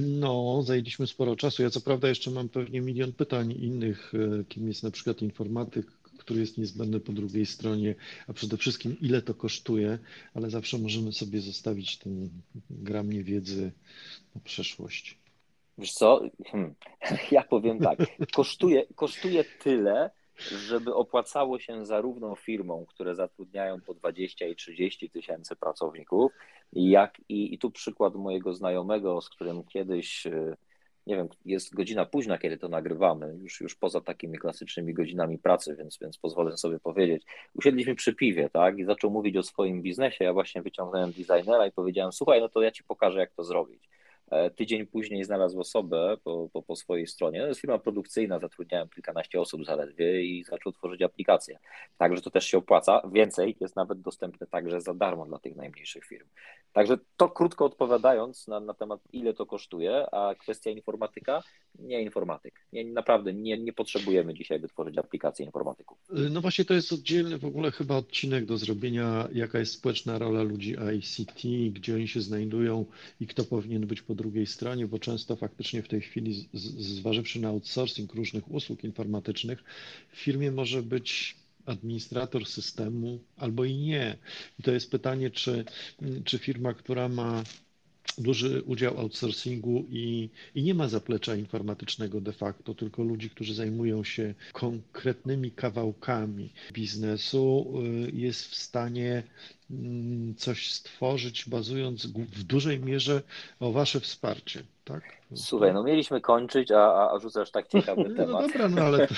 No, zajęliśmy sporo czasu. Ja co prawda jeszcze mam pewnie milion pytań innych, kim jest na przykład informatyk, który jest niezbędny po drugiej stronie, a przede wszystkim ile to kosztuje, ale zawsze możemy sobie zostawić ten gram niewiedzy na przeszłość. Wiesz co, hmm. ja powiem tak, kosztuje, kosztuje tyle, żeby opłacało się zarówno firmom, które zatrudniają po dwadzieścia i trzydzieści tysięcy pracowników, jak i, i tu przykład mojego znajomego, z którym kiedyś, nie wiem, jest godzina późna, kiedy to nagrywamy, już, już poza takimi klasycznymi godzinami pracy, więc, więc pozwolę sobie powiedzieć. Usiedliśmy przy piwie, tak, i zaczął mówić o swoim biznesie, ja właśnie wyciągnąłem designera i powiedziałem, słuchaj, no to ja ci pokażę, jak to zrobić. tydzień później znalazł osobę po, po, po swojej stronie. To jest firma produkcyjna, zatrudniałem kilkanaście osób zaledwie i zaczął tworzyć aplikację. Także to też się opłaca. Więcej jest nawet dostępne także za darmo dla tych najmniejszych firm. Także to krótko odpowiadając na, na temat, ile to kosztuje, a kwestia informatyka, nie informatyk. Nie, naprawdę nie, nie potrzebujemy dzisiaj wytworzyć aplikacji informatyków. No właśnie to jest oddzielny w ogóle chyba odcinek do zrobienia, jaka jest społeczna rola ludzi I C T, gdzie oni się znajdują i kto powinien być po drugiej stronie, bo często faktycznie w tej chwili, z- z- zważywszy na outsourcing różnych usług informatycznych, w firmie może być administrator systemu albo i nie. I to jest pytanie, czy, czy firma, która ma duży udział outsourcingu i, i nie ma zaplecza informatycznego de facto, tylko ludzi, którzy zajmują się konkretnymi kawałkami biznesu, y, jest w stanie mm, coś stworzyć, bazując gó- w dużej mierze o wasze wsparcie, tak? Słuchaj, no mieliśmy kończyć, a, a a rzucasz tak ciekawy No temat. dobra, no ale to,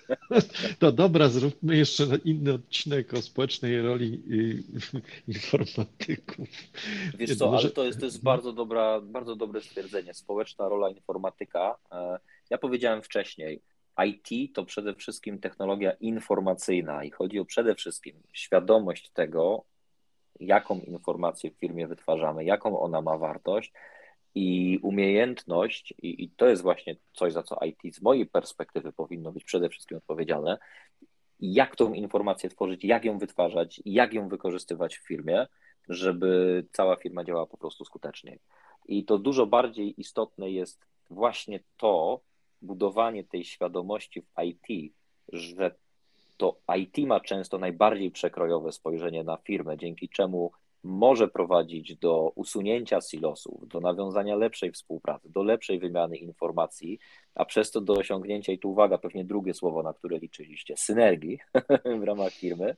to dobra, zróbmy jeszcze inny odcinek o społecznej roli y, informatyków. Wiesz Nie, no co, ale może, to jest, to jest bardzo dobra, bardzo dobre stwierdzenie. Społeczna rola informatyka. E, Ja powiedziałem wcześniej, I T to przede wszystkim technologia informacyjna i chodzi o przede wszystkim świadomość tego, jaką informację w firmie wytwarzamy, jaką ona ma wartość i umiejętność, i, i to jest właśnie coś, za co I T z mojej perspektywy powinno być przede wszystkim odpowiedzialne, jak tą informację tworzyć, jak ją wytwarzać, jak ją wykorzystywać w firmie, żeby cała firma działała po prostu skuteczniej. I to dużo bardziej istotne jest właśnie to, budowanie tej świadomości w I T, że to I T ma często najbardziej przekrojowe spojrzenie na firmę, dzięki czemu może prowadzić do usunięcia silosów, do nawiązania lepszej współpracy, do lepszej wymiany informacji, a przez to do osiągnięcia, i tu uwaga, pewnie drugie słowo, na które liczyliście, synergii w ramach firmy.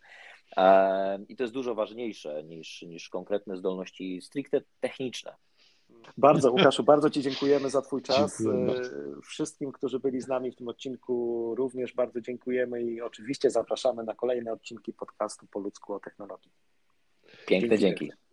E, I to jest dużo ważniejsze niż, niż konkretne zdolności stricte techniczne. Bardzo, Łukaszu, bardzo Ci dziękujemy za Twój czas. Dziękuję bardzo. E, Wszystkim, którzy byli z nami w tym odcinku, również bardzo dziękujemy i oczywiście zapraszamy na kolejne odcinki podcastu Po ludzku o technologii. Piękne Dzięki dzięki. wielkie.